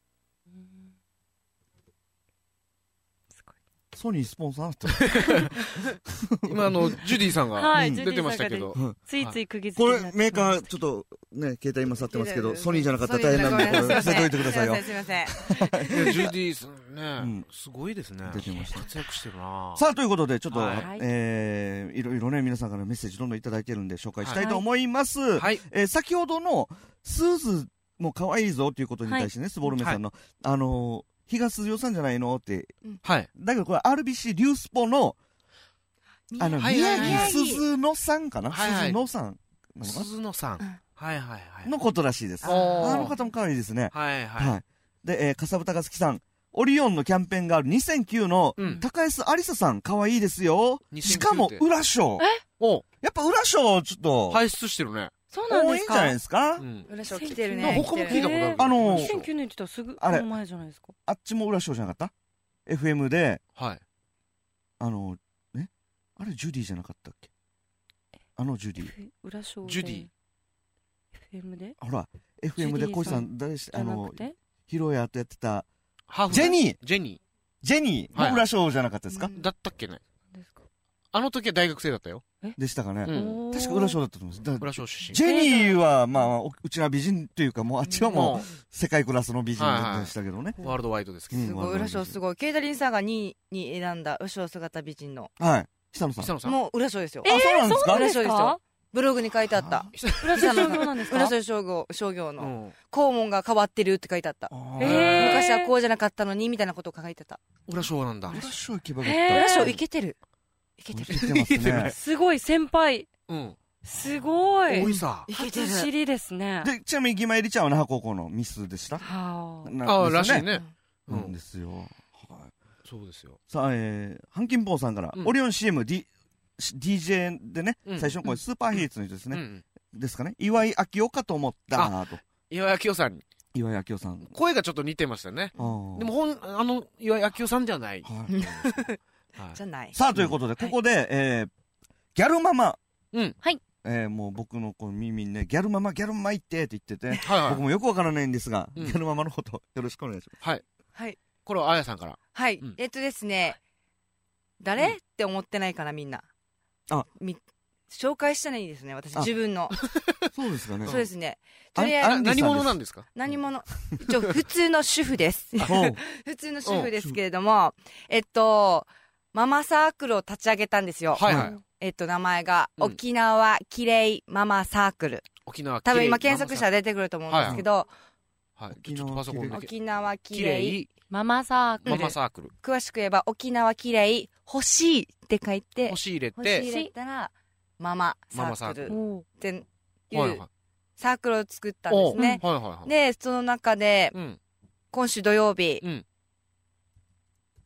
ソニースポンサーって今あのジュディさんが、 はい、 うん、出てましたけど、 うん、 ついつい釘付こけになってれメーカーちょっとね携帯今去ってますけど、ソニーじゃなかったら大変なんでこれ捨てといてくださいよ。 すいません。 いやジュディさんね、うん、すごいですね。 出てました。 活躍してるな。 さあということでちょっと、 はいえー、いろいろね皆さんからメッセージどんどんいただいてるんで紹介したいと思います。 はい。 えー、先ほどのスーズも可愛いぞということに対してね、はい、スボルメさんの、はい、あのー、日が鈴代さんじゃないのって、 はい。 だけどこれ アールビーシー リュースポのあの、宮城鈴野さんかな、はいはい、鈴野さん。 鈴野さん。はいはいはい。 のことらしいです。あの方も可愛いですね。 はいはい。はい、 で、えー、かさぶたが好きさん。オリオンのキャンペーンがあるにせんきゅうの、うん、高安ありささん、可愛いですよ。しかも、裏賞。 えおやっぱ裏賞、ちょっと。 輩出してるね。 そうなんですか。 多いんじゃないですか、 うん、裏賞来てるね。 他も聞いたことある。 あのー、 にせんきゅうねんって言ったらすぐ、あれ、前じゃないですか。 あっちも裏賞じゃなかった ?エフエム で。 はい。 あの、ねあれ、ジュディじゃなかったっけあのジュディ。 裏賞。 ジュディ。 エフエム でほら、エフエム で小石さん、誰し、あの、ヒロヤとやってた、ジェニージェニー。 ジェニーの裏賞じゃなかったですか、 だったっけね。あの時は大学生だったよ。 でしたかね。うん、確か裏賞だったと思います。 裏賞出身。 ジェニーは、まあ、うちな美人というか、もうあっちはもう、世界クラスの美人でしたけどね。 ワールドワイドですけど。 すごい、裏賞すごい。ケイタリンさんがにいに選んだ、後ろ姿美人の。 はい。久野さん。 久野さん。 もう裏賞ですよ。 あ、そうなんですか？ 裏賞ですよ。ブログに書いてあった。 裏賞商業なんですか？ 裏賞商業、商業の。肛門が変わってるって書いてあった。昔はこうじゃなかったのに、みたいなことを書いてた。 裏賞なんだ。 裏賞行けばよかった。 裏賞いけてる。いけてる。 いけてますね。 すごい、先輩。 うん。 すごい。 多いさ。 いけてる。初知りですね。 で、ちなみに、ぎまえりちゃんは那覇高校のミスでした。 はあ。 あ、らしいね。 うんですよ。はい。 そうですよ。 さあ、えー、ハンキンポーさんから、オリオン シーエム、D、ディージェー でね、最初の声、スーパーヒーツの人ですね。ですかね。岩井明夫かと思ったと。 岩井明夫さんに。 岩井明夫さん。 声がちょっと似てましたね。でも、ほん、あの、岩井明夫さんじゃない。 じゃない。 さあ、ということで、ここで、えー、ギャルママ。 うん。 はい。 えー、もう僕のこの耳にね、ギャルママ、ギャルママ言ってって言ってて、はいはい、僕もよくわからないんですが、うん、ギャルママのことよろしくお願いします。 はい。 はい。 これはあやさんから。 はい。うん、えっとですね、誰、うん、って思ってないかな、みんな。 あ、 み、紹介したらいいですね、私、自分の。 そうですかね。 そうですね。 とりあえず。何者なんですか？ 何者一応、普通の主婦です。普通の主婦ですけれども、えっと、ママサークルを立ち上げたんですよ。 はいはい。 えっと、名前が、うん、沖縄きれいママサークル。 沖縄多分今検索したら出てくると思うんですけど、 はい。ちょっとパソコンで。 沖縄きれいママサークル。 ママサークル。 詳しく言えば、沖縄きれい欲しいって書いて、 欲しい入れて、 欲しい入れたら、ママサークルっていうサークルを作ったんですね。で、その中で、今週土曜日、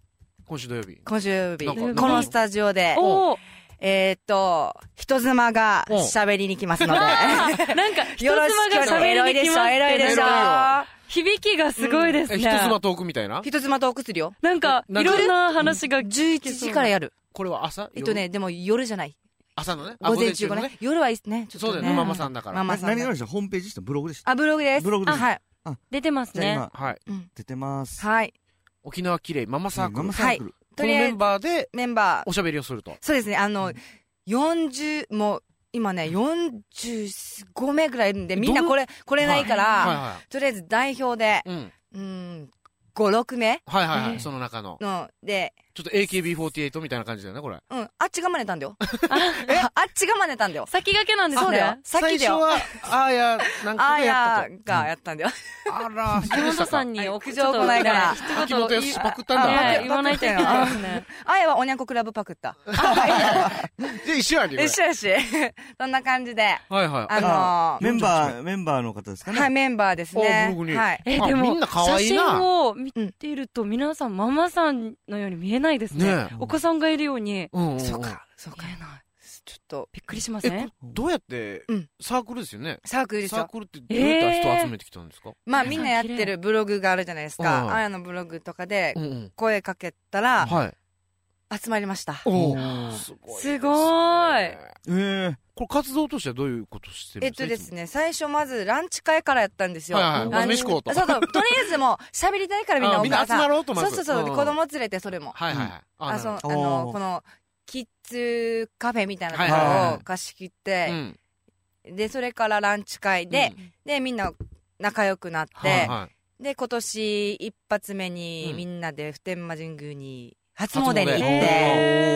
今週土曜日。 今週土曜日、 なんかこのスタジオで、 おーえーっと、人妻が喋りに来ますので、 なんか、人よろし妻がくお願い喋りに来ますってエロいでしょ、エロいでしょ。 響きがすごいですえ、 ね。 人妻トークみたいな人妻トークするよ。 なんか、いなろんな話がじゅういちじからやる。 これは朝えっとね、でも夜じゃない。 朝のね。あ午前中がね。夜はいいですね。ちょっとね。 そうだよね、ママさんだから。 ママさん。 何があるんでしょう、ホームページでした、ブログでした。 あ、ブログです。 ブログです。 あ、はい。 出てますね。 じゃあ今、 はい。 出てます。 はい。 沖縄綺麗ママサークル。 ママサークル。 このメンバーで、 メンバー。 おしゃべりをすると。 そうですね、あの、よんじゅう、もう、今ね、よんじゅうごめいぐらいいるんで、みんなこれ、これないから、とりあえず代表で、うん。うん、ご、ろくめいはいはいはい、その中の。 の、で、 ちょっと エーケービーフォーティーエイト みたいな感じだよね、これ。 うん、あっちが真似たんだよ。あっちが真似たんだよ。 先駆けなんですね。 そうだよ。先だよ。 最初は、あーや、なんかがやったと。 がやったんだよ。 あら、 木本さんに苦情来ないから。 木本やすしパクったんだ。 言わないといけないですね。 あやはおにゃんこクラブパクった。 じゃ一緒やね。 一緒やし。そんな感じで。 はいはい。 あの、 メンバー、メンバーの方ですかね。 はい、メンバーですね。はい。 え、でも、 みんな可愛いな。 写真を見ていると、皆さんママさんのように見えないですね。お子さんがいるように。 そうか、そうか。ちょっと、 びっくりしますね。 どうやって、サークルですよね。 サークルですよ。 サークルってどうやって人集めてきたんですか？ まあみんなやってるブログがあるじゃないですか。あやのブログとかで声かけたら、集まりました。 すごい。すごい。 ええ。 これ活動としてはどういうことしてるんですか？ えっとですね、最初まずランチ会からやったんですよ。 はいはい。飯食おうと。 そうそう。とりあえずもう喋りたいからみんなお母さん。 みんな集まろうと思って。 そうそうそう。子供連れてそれも。 はいはい。 あ、そう、あの、この、キッズカフェみたいなところを貸し切って、で、それからランチ会で、で、みんな仲良くなって、で、今年一発目にみんなで普天間神宮に初詣に行って、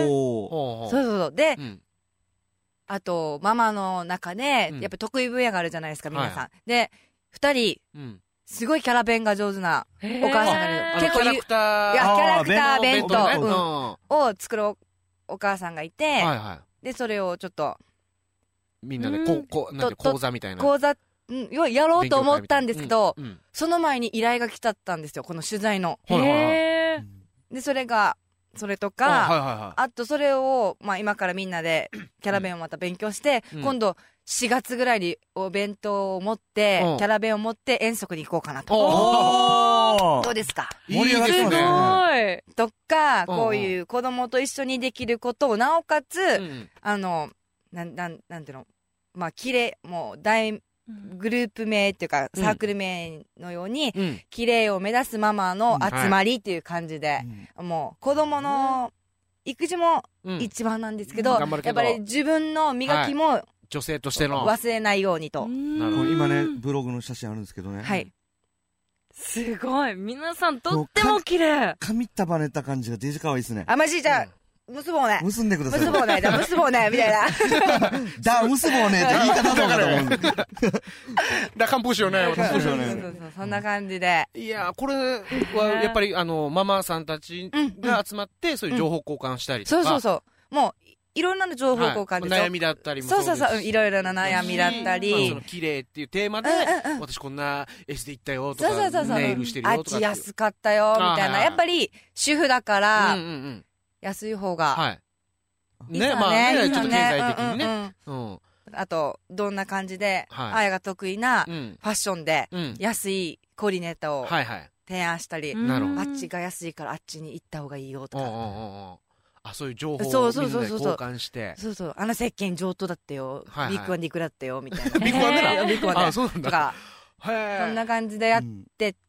そうそうそう。で、あと、ママの中で、やっぱ得意分野があるじゃないですか、皆さん。で、二人、すごいキャラ弁が上手なお母さんがいる。 結構キャラクター、 いや、キャラクター弁当を作るお母さんがいて、で、それをちょっと、 みんなで、こう、こう、なんて講座みたいな。 講座、うん、やろうと思ったんですけど、その前に依頼が来たったんですよ、この取材の。 へー。 で、それが、それとか、あとそれを、まあ今からみんなでキャラ弁をまた勉強して、今度しがつぐらいにお弁当を持って、キャラ弁を持って遠足に行こうかなと。どうですか？ いいですね。すごい。 とか、こういう子供と一緒にできることを、なおかつ、あの、なん、なん、なんていうの、まあ、綺麗、もう、大、グループ名っていうか、サークル名のように、綺麗を目指すママの集まりっていう感じで、もう、子供の育児も一番なんですけど、やっぱり自分の磨きも、 女性としての忘れないようにと。 今ね、ブログの写真あるんですけどね。 はい。 すごい。皆さんとっても綺麗。 髪束ねた感じがデジカワいいですね。 あ、マジじゃあ、結ぼうね。 結んでください。 結ぼうね。じゃあ結ぼうね、みたいな。 だ、結ぼうねって言い方どうかと思うんで。 だ、漢方しようね。 漢方しようね。 そうそうそう、そんな感じで。 いや、これはやっぱり、あの、ママさんたちが集まって、そういう情報交換したりとか。 そうそうそう。もう、いろんなの情報交換ですよ。 悩みだったりもそうそうそう、いろいろな悩みだったり。 その綺麗っていうテーマで、私こんなエスで行ったよとか、 そうそうそうそう。 ネイルしてるよとか。 あっち安かったよ、みたいな。やっぱり、主婦だから、安い方が。 はい。ね、まあね、ちょっと経済的にね。 あと、どんな感じで、あやが得意なファッションで、安いコーディネートを提案したり、あっちが安いからあっちに行った方がいいよとか。 あ、そういう情報をみんなで交換して。 そうそう。あの石鹸上等だったよ。ビッグワンでいくらだったよ、みたいな。 ビッグワンでなビッグワンで。 あ、そうなんだ。 とか、そんな感じでやってって、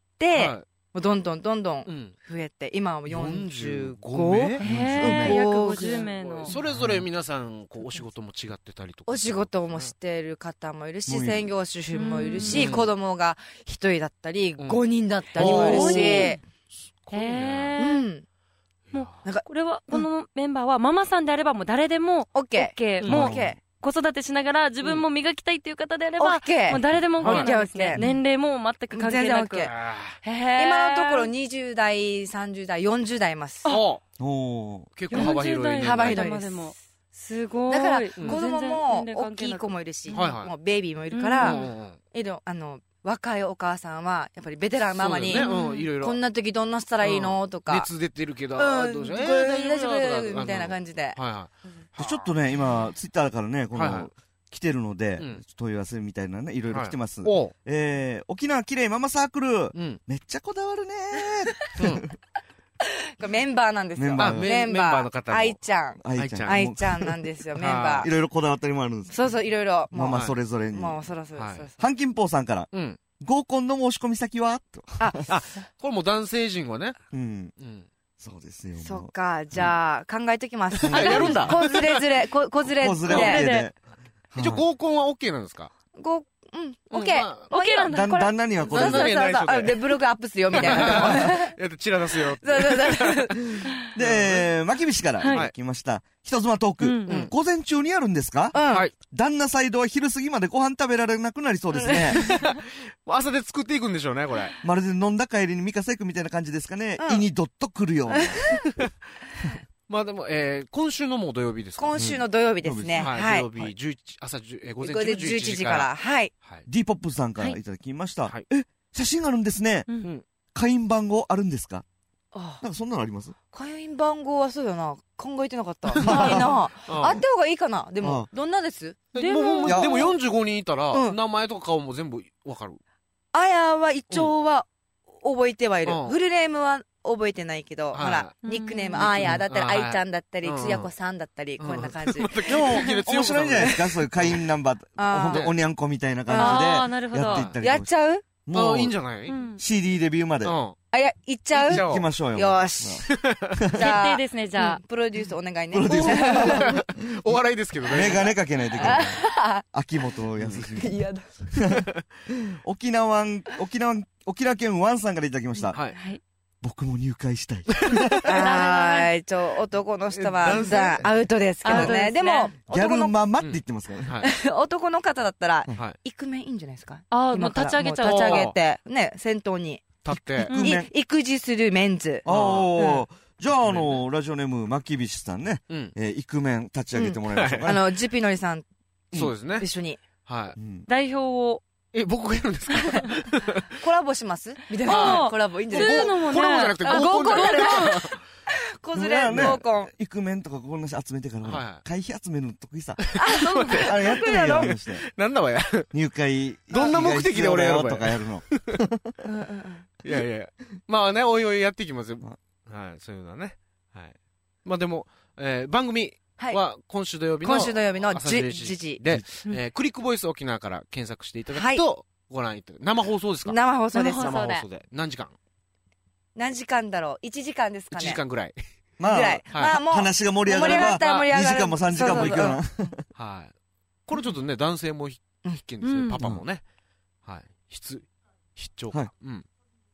もうどんどんどんどん増えて、今はもうよんじゅうごへー、約ごじゅうめいの。 それぞれ皆さん、こう、お仕事も違ってたりとか。 お仕事もしてる方もいるし、専業主婦もいるし、子供がひとりだったり、ごにんだったりもいるし。へー。うん。もう、なんか、これは、このメンバーは、ママさんであればもう誰でも、オッケー。もう、子育てしながら自分も磨きたいっていう方であれば、もう誰でも OK なんですね。年齢も全く関係なく。 今のところにじゅうだい、さんじゅうだい、よんじゅうだいいます。 お結構幅広いね。 幅広いです。すごい。 だから、子供も大きい子もいるし、もうベイビーもいるから、えど、あの、 若いお母さんはやっぱりベテランママに、 ねうん、いろいろこんな時どんなしたらいいの、うん、とか熱出てるけど、 うん、 どうしよう、 えー、大丈夫みたいな感じで、 はいはい、 でちょっとね今ツイッターからねこの、はいはい、来てるので、うん、問い合わせみたいなねいろいろ来てます、はい、えー、沖縄きれいママサークル、うん、めっちゃこだわるねー、うん、メンバーなんですよ。 メンバー、メンバーの方も。 愛ちゃん。 愛ちゃん。 愛ちゃんなんですよ、メンバー。 いろいろこだわったりもあるんです。 そうそう、いろいろ。 ママそれぞれに。 もうそろそろ。 半金坊さんから。うん。合コンの申し込み先はと。 あ、あ、これも男性陣はね。 うん。うん。そうですよ。 そっか、じゃあ、考えときます。 あ、やるんだ。 子連れずれ、子連れ。 子連れで。 一応合コンは OK なんですか？ 合うん、オッケー。オッケーなんだ。 旦那にはこれ。 そうそうそう。で、ブログアップすよ、みたいな。 やって、チラ出すよ。 そうそうそう。 で、まきびしから来ました。人妻トーク。午前中にやるんですか？ はい。 旦那サイドは昼過ぎまでご飯食べられなくなりそうですね。 朝で作っていくんでしょうね、これ。 まるで飲んだ帰りにミカサイクみたいな感じですかね。胃にドッとくるような。 まあでも、えー、今週のもう土曜日ですか？ 今週の土曜日ですね。 はい。土曜日、じゅういち、朝、えー、午前中のじゅういちじから。 はい。 D ポップさんからいただきました。はい。え、写真あるんですね。うん。会員番号あるんですか？ああ。なんかそんなのあります？ 会員番号はそうだな。考えてなかった。ないな。あった方がいいかな。でも、どんなです？ でも、でもよんじゅうごにんいたら、名前とか顔も全部わかる。 あやは一応は覚えてはいる。フルネームは覚えてないけど、ほら、ニックネーム、あーやだったり、あいちゃんだったり、つやこさんだったり、こんな感じ。でも、 面白いんじゃないですか？そういう会員ナンバー、ほんとおにゃんこみたいな感じで、やっていったり。 やっちゃう？ もういいんじゃない？ シーディー デビューまで。 あ、いや、行っちゃう？ 行きましょうよ。 よーし。 決定ですね、じゃあ。 プロデュースお願いね。 お笑いですけどね。 メガネかけないといけない。秋元康。 嫌だ。 沖縄、沖縄、沖縄県ワンさんからいただきました。 はい。 僕も入会したい。 はい。ちょ、男の人は、アウトですけどね。でも、 ギャルママって言ってますからね。 男の方だったら、イクメンいいんじゃないですか？ ああ、もう立ち上げちゃう。 立ち上げて、ね、先頭に。 立って。 育児するメンズ。 ああ。じゃあ、あの、ラジオネーム、まきびしさんね。イクメン立ち上げてもらいましょうか。 あの、ジュピノリさん。 そうですね。 一緒に。 はい。 代表を。 え、僕がやるんですか？ コラボしますみたいな。コラボいいんじゃないですか？ そういうのもね。 コラボじゃなくて合コン。 子連れ合コン。 イクメンとかこんな人集めてから、会費集めるの得意さ。 あ、そうだよ。 あれやってるよ。 なんだわや。 入会。 どんな目的で俺やるのとかやるの。 いやいや。まあね、おいおいやっていきますよ。はい、そういうのはね。はい。まあでも、え、番組。は、今週土曜日の今週土曜日のじゅうじで、えー、クリックボイス沖縄から検索していただくと、ご覧いただく。生放送ですか？ 生放送です。 生放送で。何時間？ 何時間だろう？いちじかんですかね。 いちじかんぐらい。 まあ、話が盛り上がれば、にじかんもさんじかんもいくよな。 はい。これちょっとね、男性も必見ですね。パパもね。はい。必、必聴か。うん。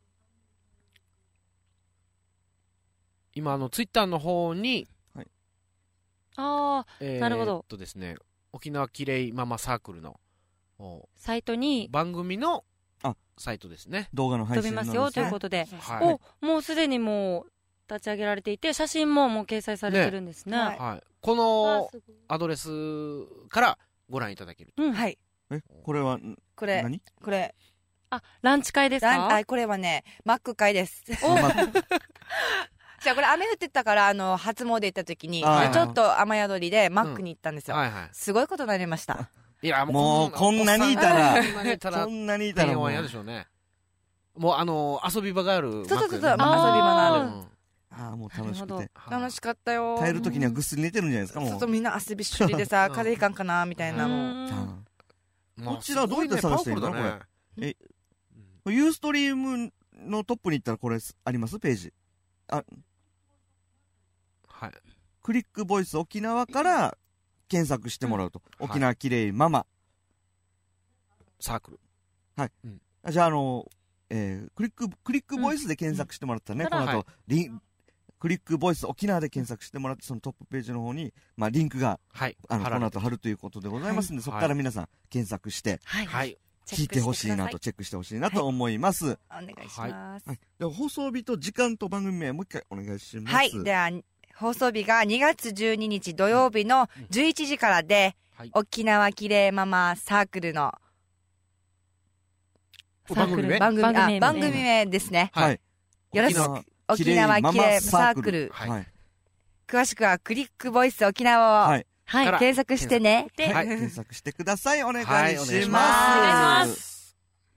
今、あの、ツイッターの方に、 ああ、なるほど。 えっとですね、沖縄きれいママサークルのサイトに番組のサイトですね。 動画の配信飛びますよということで、お、もうすでにもう立ち上げられていて、写真ももう掲載されてるんですね。 はい。このアドレスからご覧いただける。 はい。 え、これはこれ何？ これあ、ランチ会ですか？ あ、これはね、マック会です。じゃあこれ雨降ってたから、あの、初詣行った時に、ちょっと雨宿りでマックに行ったんですよ。すごいことになりました。 いや、 もう、こんなにいたら、こんなにいたら。 もう嫌でしょうね。もう、あの、遊び場がある。 そうそうそう、遊び場がある。 ああ、もう楽しくて。 楽しかったよ。 帰る時にはぐっすり寝てるんじゃないですか、もう。 そうそう、みんな遊びっしょりでさ、風邪ひかんかな、みたいなの。 こちらどうやって探してるのこれ。え、ユーストリームのトップに行ったらこれあります？ページ。あ、 はい。 クリックボイス沖縄から検索してもらうと。うん、沖縄きれいママ。 サークル。 はい。うん、じゃあ、あの、えー、クリック、クリックボイスで検索してもらったらね、うん、この後、はい、リン、クリックボイス沖縄で検索してもらって、そのトップページの方に、まあ、リンクが、はい。あの、この後貼るということでございますので、はい、そこから皆さん検索して、 はい。はい。 聞いてほしいなと、チェックしてほしいなと思います。はい、 お願いします。 はい。では、放送日と時間と番組名、もう一回お願いします。 はい。では、放送日がにがつじゅうににち土曜日のじゅういちじからで、うんはい、沖縄きれいママサークルの番組名番組番組名あ番組名ですね。 はい。 よろしく。沖縄きれいサークル。 はい。 詳しくはクリックボイス沖縄を、 はい。 はい。 検索してね。 はい。検索してください。お願いします。 はいお願いしますお願いします。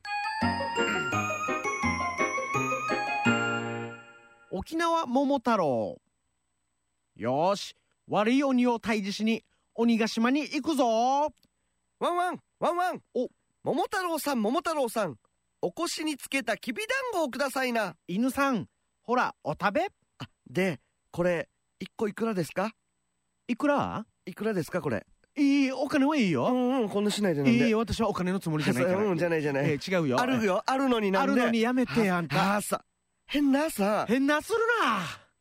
沖縄桃太郎。よーし、悪い鬼を退治しに鬼ヶ島に行くぞ。 ワンワンワンワン、お桃太郎さん桃太郎さん、お腰につけたきびだんごをくださいな。 犬さん、ほらお食べ。 あ、でこれいっこいくらですか？ いくら？ いくらですかこれ？ いい、お金はいいよ。 うんうん、こんなしないでなんで。 いいよ、私はお金のつもりじゃないから。 うん、じゃないじゃない、 えー、違うよ。 あるよ、あるのになんで。 あるのにやめて、あんた。 あさ変なさ変なするな。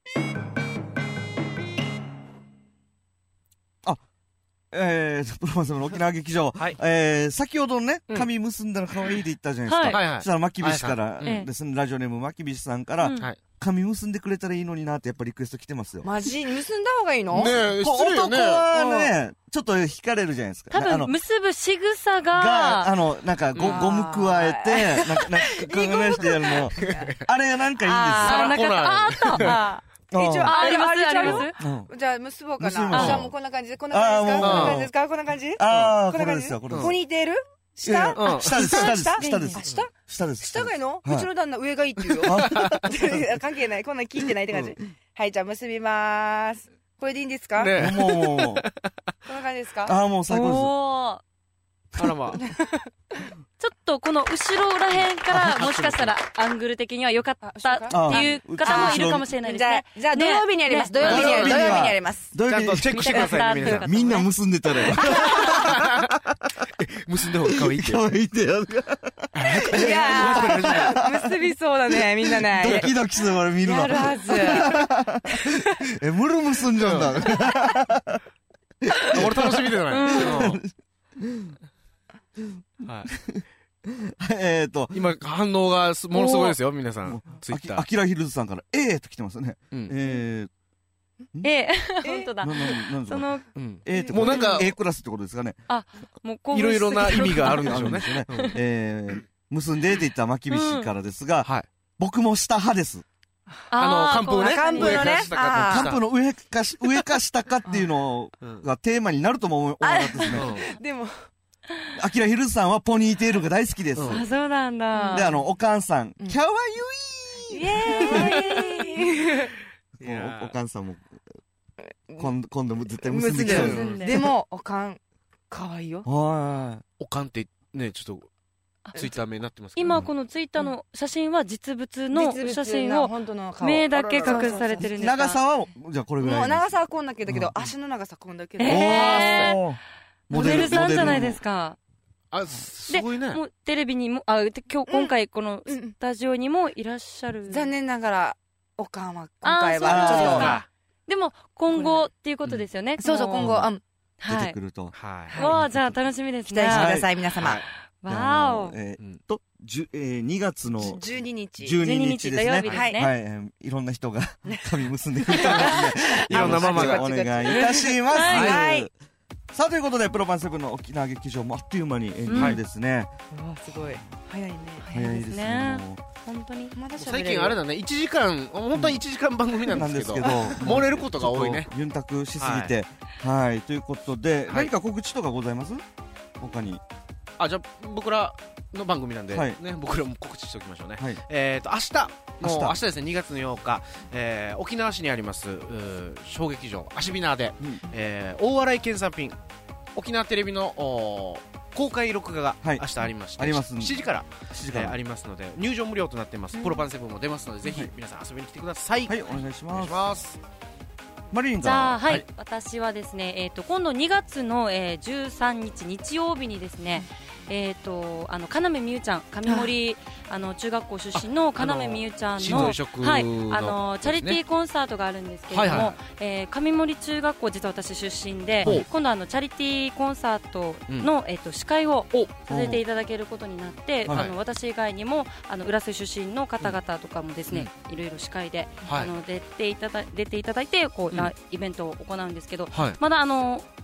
あ、えー、プロマン様の沖縄劇場、はい、えー、先ほどね、髪結んだら可愛いで言ったじゃないですか。はいはい。そしたら、まきびしからですね、ラジオネームまきびしさんから、うん、髪結んでくれたらいいのになってやっぱリクエスト来てますよ。 マジ結んだ方がいいの？ ねえ、失礼よね。 男はね、うん、ちょっと惹かれるじゃないですか。 多分、結ぶ仕草が、 が、あの、なんか、ゴム加えて、なんか、なんか、こうしてやるの。あれがなんかいいんですよ。 あ、なんか、あった。 一応、あります、あります。 じゃあ、結ぼうかな。じゃあ、もうこんな感じで、こんな感じですか？こんな感じですか？こんな感じ？ ああ、これですよ、これです。 ポニーテール？下？ 下です、下です。下です。 下？ 下です。 下がいいの？うちの旦那上がいいって言うよ。関係ない。こんなん聞いてないって感じ。はい、じゃあ結びまーす。これでいいんですか？ ね、もう。こんな感じですか？ ああ、もう最高です。あらま。 ちょっとこの後ろらへんからもしかしたらアングル的には良かったっていう方もいるかもしれないですね。 じゃあ土曜日にやります。土曜日にやる。土曜日にやります。 ちゃんとチェックしてくださいね、皆さん。 みんな結んでたらよ。 結んだ方が可愛いって。 可愛いってやる。 いやー、結びそうだね、みんなね。 ドキドキしながら見るの。 やるはず。 え、ムル結んじゃうんだ。 俺楽しみだね。はい。 えっと。 今、反応がものすごいですよ、皆さん。ツイッター。 アキラヒルズさんから、えーと来てますね。えー。えー、本当だ。 その、えーって、 もうなんか、 A クラスってことですかね。 あ、もう、 いろいろな意味があるんでしょうね。 えー、結んでって言ったまきびしからですが、僕も下派です。 あの、寒風ね。 寒風のね。 寒風の上か、上か下かっていうのがテーマになるとも思わなかったですね。 でも、 アキラヒルズさんはポニーテールが大好きです。 あ、そうなんだ。 で、あの、おかんさん、キャワユイイエーイおかんさんも、今度も絶対結んできたる。でも、おかん、かわいいよ。 はい。 おかんってね、ちょっと、ツイッター名になってますけど。 今このツイッターの写真は実物の写真を、目だけ隠されてるんですか？ 長さは、じゃあこれぐらい。 もう長さはこんだけだけど、足の長さこんだけど。 えーモデルさんじゃないですか。 あ、すごいね。 もうテレビにも、あ、今日、今回このスタジオにもいらっしゃる。 残念ながら、おかんは今回はちょっと。 でも、今後っていうことですよね。 そうそう、今後、 出てくると。 はい。わあ、じゃあ楽しみですね。 期待してください、皆様。 わお。 えっと、にがつのじゅうににち。 じゅうににちですね。 土曜日ですね。 はい。いろんな人が髪結んでくれたので、 いろんなママがお願いいたします。 はい。 さあ、ということで、プロパンセブンの沖縄劇場もあっという間にエンディングですね。 うわ、すごい。早いね。 早いですね。本当に。 最近あれだね、いちじかん、本当はいちじかん番組なんですけど、漏れることが多いね。 ユンタクしすぎて。はい。ということで、何か告知とかございます？他に。 あ、じゃあ、僕らの番組なんで、ね、僕らも告知しておきましょうね。えっと、明日、もう明日ですね、にがつのようか、えー、沖縄市にあります小劇場アシビナーで、うん、えー、大笑い県産品沖縄テレビの公開録画が明日ありまして、はい、しちじから、しちじから、えー、ありますので入場無料となっています。うん、プロパンセブンも出ますので、ぜひ皆さん遊びに来てください。 はい、お願いします。 お願いします。 マリリンじゃあ、はい、はい、私はですね、えー、と今度にがつの、えー、じゅうさんにち日曜日にですね、えー、とあの金目美優ちゃん、上森あの中学校出身の金目美優ちゃんの、はい、あのチャリティーコンサートがあるんですけれども、はいはい、えー、上森中学校、実は私出身で、今度あのチャリティーコンサートの、うん、えー、と司会をさせていただけることになって、あの私以外にもあの浦添出身の方々とかもですね、うん、いろいろ司会で、はい、あの出ていただ出ていただいてこう、うん、イベントを行うんですけど、はい、まだあの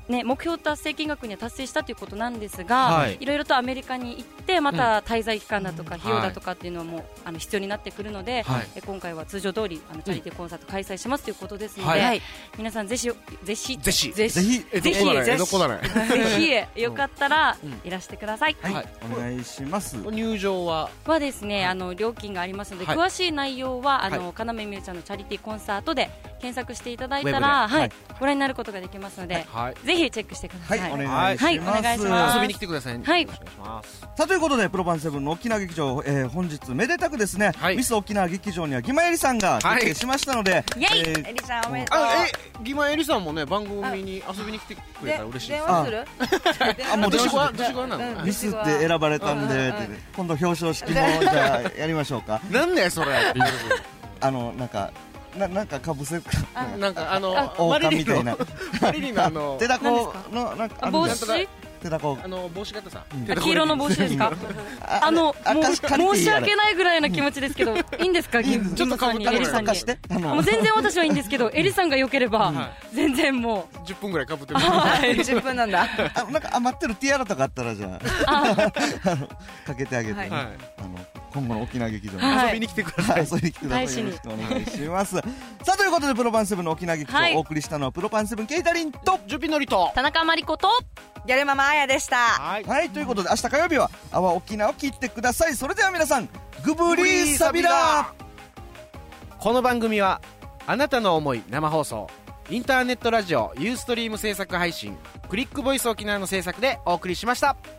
ね、目標達成金額には達成したということなんですが、 はい、 いろいろとアメリカに行ってまた滞在期間だとか費用だとかっていうのも、はい、あの必要になってくるので、はい、え今回は通常通りあのチャリティーコンサート開催しますということですので、はい、皆さんぜひぜひぜひぜひぜひぜひよかったらいらしてください。 はい、はい、お願いします。 入場ははですね、あの料金がありますので、はい、詳しい内容はあの、はい、要美羽ちゃんのチャリティーコンサートで検索していただいたら、はい、ご覧になることができますので、はい、ぜひチェックしてください。 はい、お願いします。はい、お願いします。 遊びに来てくださいね。 はい、 よろしくお願いします。 さあということでプロパンセブンの沖縄劇場、えー、本日めでたくですね、はい、ミス沖縄劇場にはギマエリさんが決定しましたので、 イエイ、えー、エリさんおめでとう。 あ、え、ギマエリさんもね番組に遊びに来てくれたら嬉しいです。 電話する？ あ、もうどしごどしごなの？ ミスって選ばれたんで、今度表彰式もじゃあやりましょうか。 なんだよそれ。 あのなんか。な, なんかかぶせなんかあの王冠みたいなマリリンのあの手だこのなんか帽子手だこあの帽子型さ、 黄色の帽子ですか？あの申し訳ないぐらいな気持ちですけどいいんですか？ちょっとさんにエリさんにもう全然私はいいんですけどエリさんが良ければ全然もうじゅっぷんぐらいかぶってる。 じゅっぷんなんだ。 なんか余ってるティアラとかあったらじゃあかけてあげて、あの今後の沖縄劇場に遊びに来てください。 遊びに来てください。よろしくお願いします。さあということでプロパンセブンの沖縄劇場をお送りしたのはプロパンセブンケイタリンとジュピノリと田中真理子とギャルママあやでした。 はい、はい、ということで明日火曜日は阿波沖縄を切ってください。それでは皆さんグブリーサビラ。 この番組はあなたの思い生放送インターネットラジオユーストリーム制作配信クリックボイス沖縄の制作でお送りしました。